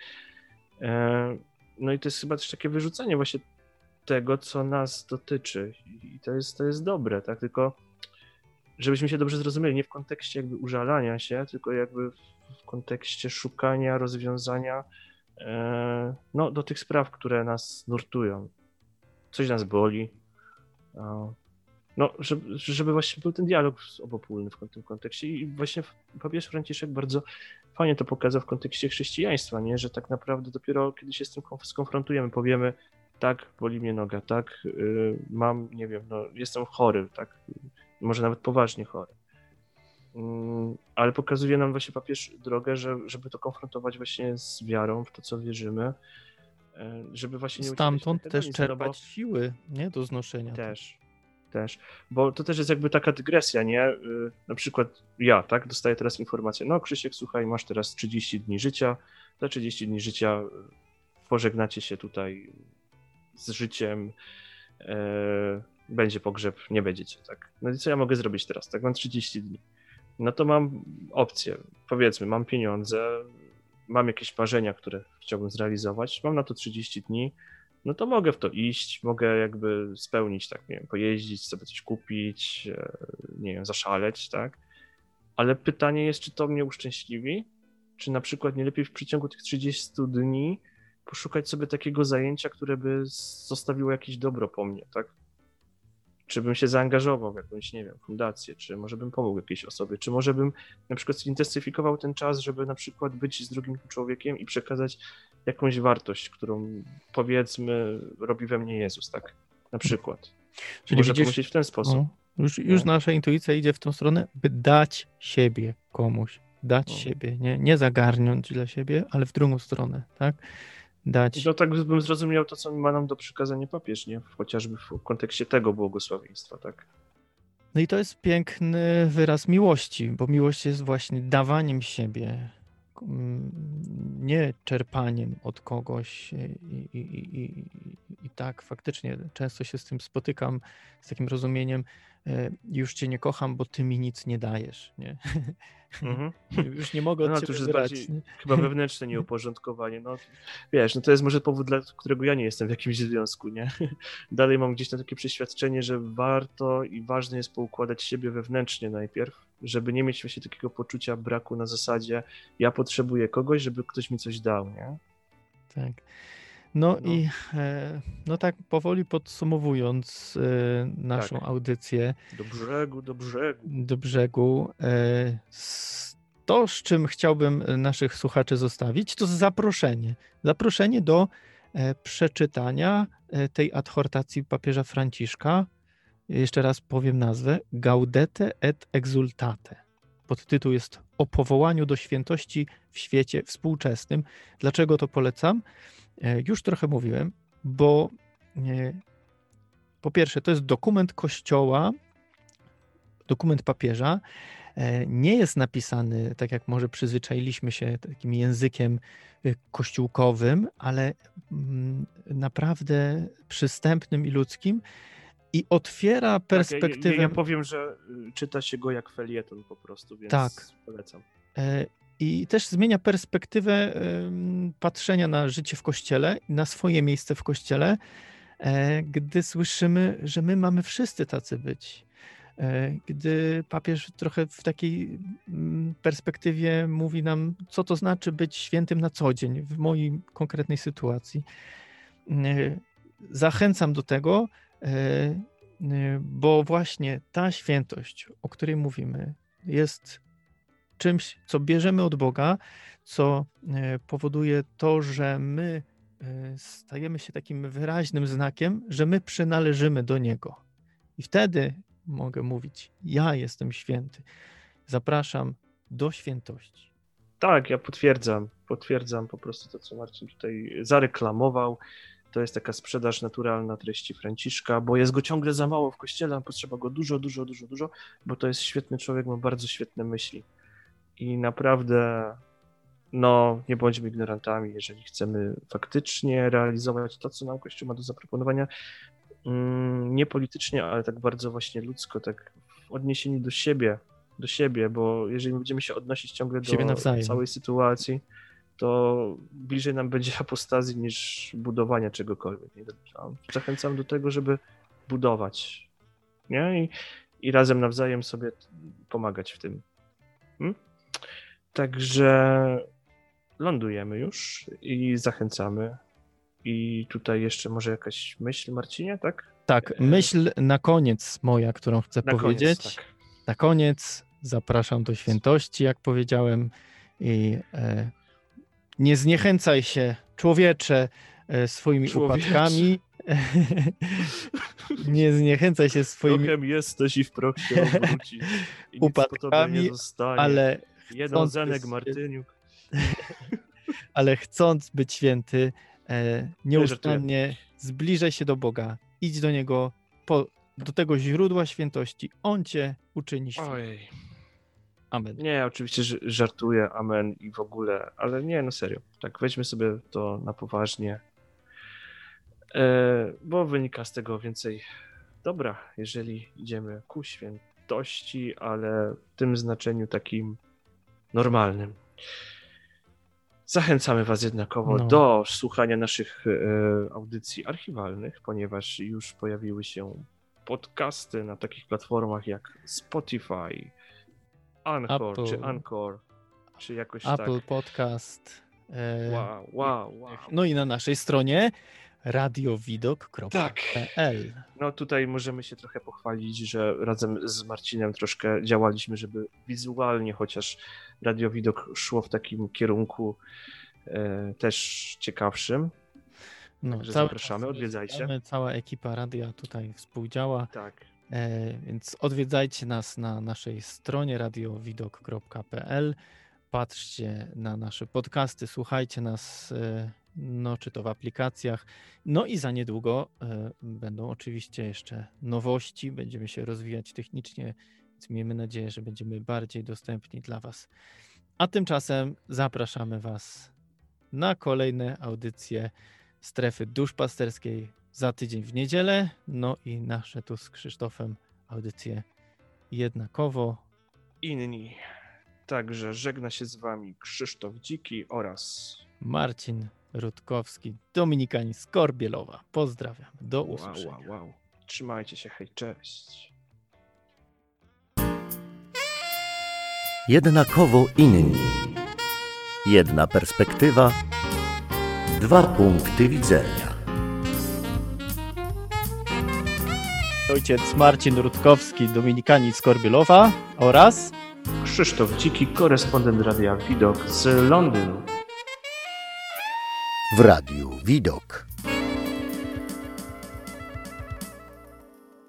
Speaker 5: E, No i to jest chyba też takie wyrzucanie właśnie tego, co nas dotyczy. I to jest, to jest dobre, tak? Tylko żebyśmy się dobrze zrozumieli, nie w kontekście jakby użalania się, tylko jakby w, w kontekście szukania rozwiązania e, no, do tych spraw, które nas nurtują. Coś nas boli. E, No, żeby, żeby właśnie był ten dialog obopólny w tym kontekście i właśnie papież Franciszek bardzo fajnie to pokazał w kontekście chrześcijaństwa, nie? Że tak naprawdę dopiero kiedy się z tym konf- skonfrontujemy, powiemy tak, boli mnie noga, tak, yy, mam, nie wiem, no, jestem chory, tak, może nawet poważnie chory. Yy, ale pokazuje nam właśnie papież drogę, że, żeby to konfrontować właśnie z wiarą w to, co wierzymy, yy, żeby właśnie nie uciekać
Speaker 3: Stamtąd
Speaker 5: w ten
Speaker 3: też
Speaker 5: hedonizm, no bo-
Speaker 3: czerpać siły, nie? Do znoszenia.
Speaker 5: Też, też. Bo to też jest jakby taka dygresja, nie? Y, Na przykład ja, tak, dostaję teraz informację, no Krzysiek, słuchaj, masz teraz trzydzieści dni życia, za trzydzieści dni życia y, pożegnacie się tutaj z życiem, e, będzie pogrzeb, nie będziecie, tak. No i co ja mogę zrobić teraz, tak, mam trzydzieści dni. No to mam opcję, powiedzmy, mam pieniądze, mam jakieś marzenia, które chciałbym zrealizować, mam na to trzydzieści dni, no to mogę w to iść, mogę jakby spełnić, tak, nie wiem, pojeździć, sobie coś kupić, e, nie wiem, zaszaleć, tak? Ale pytanie jest, czy to mnie uszczęśliwi? Czy na przykład nie lepiej w przeciągu tych trzydziestu dni poszukać sobie takiego zajęcia, które by zostawiło jakieś dobro po mnie, tak? Czy bym się zaangażował w jakąś, nie wiem, fundację, czy może bym pomógł jakiejś osobie, czy może bym na przykład zintensyfikował ten czas, żeby na przykład być z drugim człowiekiem i przekazać jakąś wartość, którą powiedzmy robi we mnie Jezus, tak? Na przykład.
Speaker 3: Czyli
Speaker 5: Można
Speaker 3: widzisz,
Speaker 5: pomyśleć w ten sposób.
Speaker 3: No, już już
Speaker 5: No.
Speaker 3: nasza intuicja idzie w tą stronę, by dać siebie komuś, dać
Speaker 5: No.
Speaker 3: siebie, nie, nie zagarnąć dla siebie, ale w drugą stronę, tak? Dać.
Speaker 5: No tak bym zrozumiał to, co ma nam do przekazania papież, nie? Chociażby w kontekście tego błogosławieństwa, tak?
Speaker 3: No i to jest piękny wyraz miłości, bo miłość jest właśnie dawaniem siebie, mm, nie czerpaniem od kogoś. I, i, i, i, i tak faktycznie często się z tym spotykam, z takim rozumieniem, e, już cię nie kocham, bo ty mi nic nie dajesz, nie?
Speaker 5: Mhm.
Speaker 3: Już nie mogę od
Speaker 5: No, to
Speaker 3: ciebie
Speaker 5: już jest
Speaker 3: brać.
Speaker 5: bardziej
Speaker 3: nie?
Speaker 5: chyba wewnętrzne nieuporządkowanie. No, wiesz, no to jest może powód, dla którego ja nie jestem w jakimś związku, nie? Dalej mam gdzieś tam takie przeświadczenie, że warto i ważne jest poukładać siebie wewnętrznie najpierw, żeby nie mieć właśnie takiego poczucia braku na zasadzie ja potrzebuję kogoś, żeby ktoś mi coś dał, nie?
Speaker 3: Tak. No,
Speaker 5: No.
Speaker 3: i e, no tak powoli podsumowując e, naszą
Speaker 5: Tak.
Speaker 3: audycję
Speaker 5: Do brzegu, do brzegu.
Speaker 3: do brzegu, e, s- to z czym chciałbym naszych słuchaczy zostawić, to zaproszenie. Zaproszenie do e, przeczytania e, tej adhortacji papieża Franciszka. Jeszcze raz powiem nazwę. Gaudete et exultate. Podtytuł jest O powołaniu do świętości w świecie współczesnym. Dlaczego to polecam? E, Już trochę mówiłem, bo e, po pierwsze to jest dokument Kościoła, dokument papieża, e, nie jest napisany, tak jak może przyzwyczailiśmy się, takim językiem e, kościółkowym, ale mm, naprawdę przystępnym i ludzkim i otwiera perspektywę.
Speaker 5: Tak, ja, ja, ja powiem, że y, czyta się go jak felieton po prostu, więc
Speaker 3: Tak.
Speaker 5: polecam.
Speaker 3: E, I też zmienia perspektywę em, patrzenia na życie w Kościele, na swoje miejsce w Kościele, e, gdy słyszymy, że my mamy wszyscy tacy być. E, Gdy papież trochę w takiej mm, perspektywie mówi nam, co to znaczy być świętym na co dzień, w mojej konkretnej sytuacji. E, Zachęcam do tego. E, bo właśnie ta świętość, o której mówimy, jest czymś, co bierzemy od Boga, co powoduje to, że my stajemy się takim wyraźnym znakiem, że my przynależymy do Niego. I wtedy mogę mówić, ja jestem święty. Zapraszam do świętości.
Speaker 5: Tak, ja potwierdzam, potwierdzam po prostu to, co Marcin tutaj zareklamował. To jest taka sprzedaż naturalna treści Franciszka, bo jest go ciągle za mało w kościele, a potrzeba go dużo, dużo, dużo, dużo, bo to jest świetny człowiek, ma bardzo świetne myśli. I naprawdę, no, nie bądźmy ignorantami, jeżeli chcemy faktycznie realizować to, co nam Kościół ma do zaproponowania, mm, nie politycznie, ale tak bardzo właśnie ludzko, tak w odniesieniu do siebie, do siebie, bo jeżeli będziemy się odnosić ciągle do
Speaker 3: Siebie nawzajem.
Speaker 5: całej sytuacji, to bliżej nam będzie apostazji niż budowania czegokolwiek. Nie? Zachęcam do tego, żeby budować, nie? I, i razem nawzajem sobie pomagać w tym. Hmm? Także lądujemy już i zachęcamy. I tutaj jeszcze może jakaś myśl, Marcinie, tak?
Speaker 3: Tak, myśl na koniec moja, którą chcę
Speaker 5: Na
Speaker 3: powiedzieć.
Speaker 5: koniec, tak.
Speaker 3: Na koniec zapraszam do świętości, jak powiedziałem, i e, nie zniechęcaj się, człowiecze, e, swoimi
Speaker 5: Człowiecze.
Speaker 3: upadkami. Nie zniechęcaj się swoimi
Speaker 5: Prochem jesteś i w proch się obrócisz. I nic po tobie
Speaker 3: upadkami,
Speaker 5: nie zostanie.
Speaker 3: ale
Speaker 5: Jeden Zenek
Speaker 3: być-
Speaker 5: Martyniuk.
Speaker 3: ale chcąc być święty, e, nieustannie zbliżaj się do Boga, idź do Niego, po, do tego źródła świętości. On cię uczyni świętym.
Speaker 5: Oj.
Speaker 3: Amen.
Speaker 5: Nie, oczywiście ż- żartuję, amen i w ogóle, ale nie, no serio. Tak, weźmy sobie to na poważnie, e, bo wynika z tego więcej dobra, jeżeli idziemy ku świętości, ale w tym znaczeniu takim normalnym. Zachęcamy Was jednakowo
Speaker 3: No.
Speaker 5: do słuchania naszych e, audycji archiwalnych, ponieważ już pojawiły się podcasty na takich platformach jak Spotify, Anchor,
Speaker 3: Apple.
Speaker 5: czy Anchor, czy jakoś
Speaker 3: Apple
Speaker 5: tak.
Speaker 3: Podcast. E,
Speaker 5: Wow, wow, wow.
Speaker 3: No i na naszej stronie radiowidok kropka p l.
Speaker 5: Tak. No tutaj możemy się trochę pochwalić, że razem z Marcinem troszkę działaliśmy, żeby wizualnie chociaż Radiowidok szło w takim kierunku e, też ciekawszym.
Speaker 3: No,
Speaker 5: Także
Speaker 3: cały
Speaker 5: zapraszamy,
Speaker 3: czas
Speaker 5: odwiedzajcie.
Speaker 3: rozwijamy, cała ekipa radia tutaj współdziała,
Speaker 5: Tak.
Speaker 3: e, więc odwiedzajcie nas na naszej stronie radiowidok kropka p l. Patrzcie na nasze podcasty, słuchajcie nas, e, no, czy to w aplikacjach. No i za niedługo e, będą oczywiście jeszcze nowości, będziemy się rozwijać technicznie, więc miejmy nadzieję, że będziemy bardziej dostępni dla Was. A tymczasem zapraszamy Was na kolejne audycje Strefy Duszpasterskiej za tydzień w niedzielę. No i nasze tu z Krzysztofem audycje jednakowo.
Speaker 5: Inni. Także żegna się z Wami Krzysztof Dziki oraz
Speaker 3: Marcin Rutkowski, Dominikanin z Korbielowa. Pozdrawiam. Do
Speaker 5: wow,
Speaker 3: usłyszenia.
Speaker 5: wow, wow. Trzymajcie się, hej, cześć.
Speaker 4: Jednakowo inni. Jedna perspektywa, dwa punkty widzenia.
Speaker 3: Ojciec Marcin Rutkowski, Dominikanin z Korbielowa oraz
Speaker 5: Krzysztof Dziki, korespondent Radia Widok z Londynu.
Speaker 4: W Radiu Widok.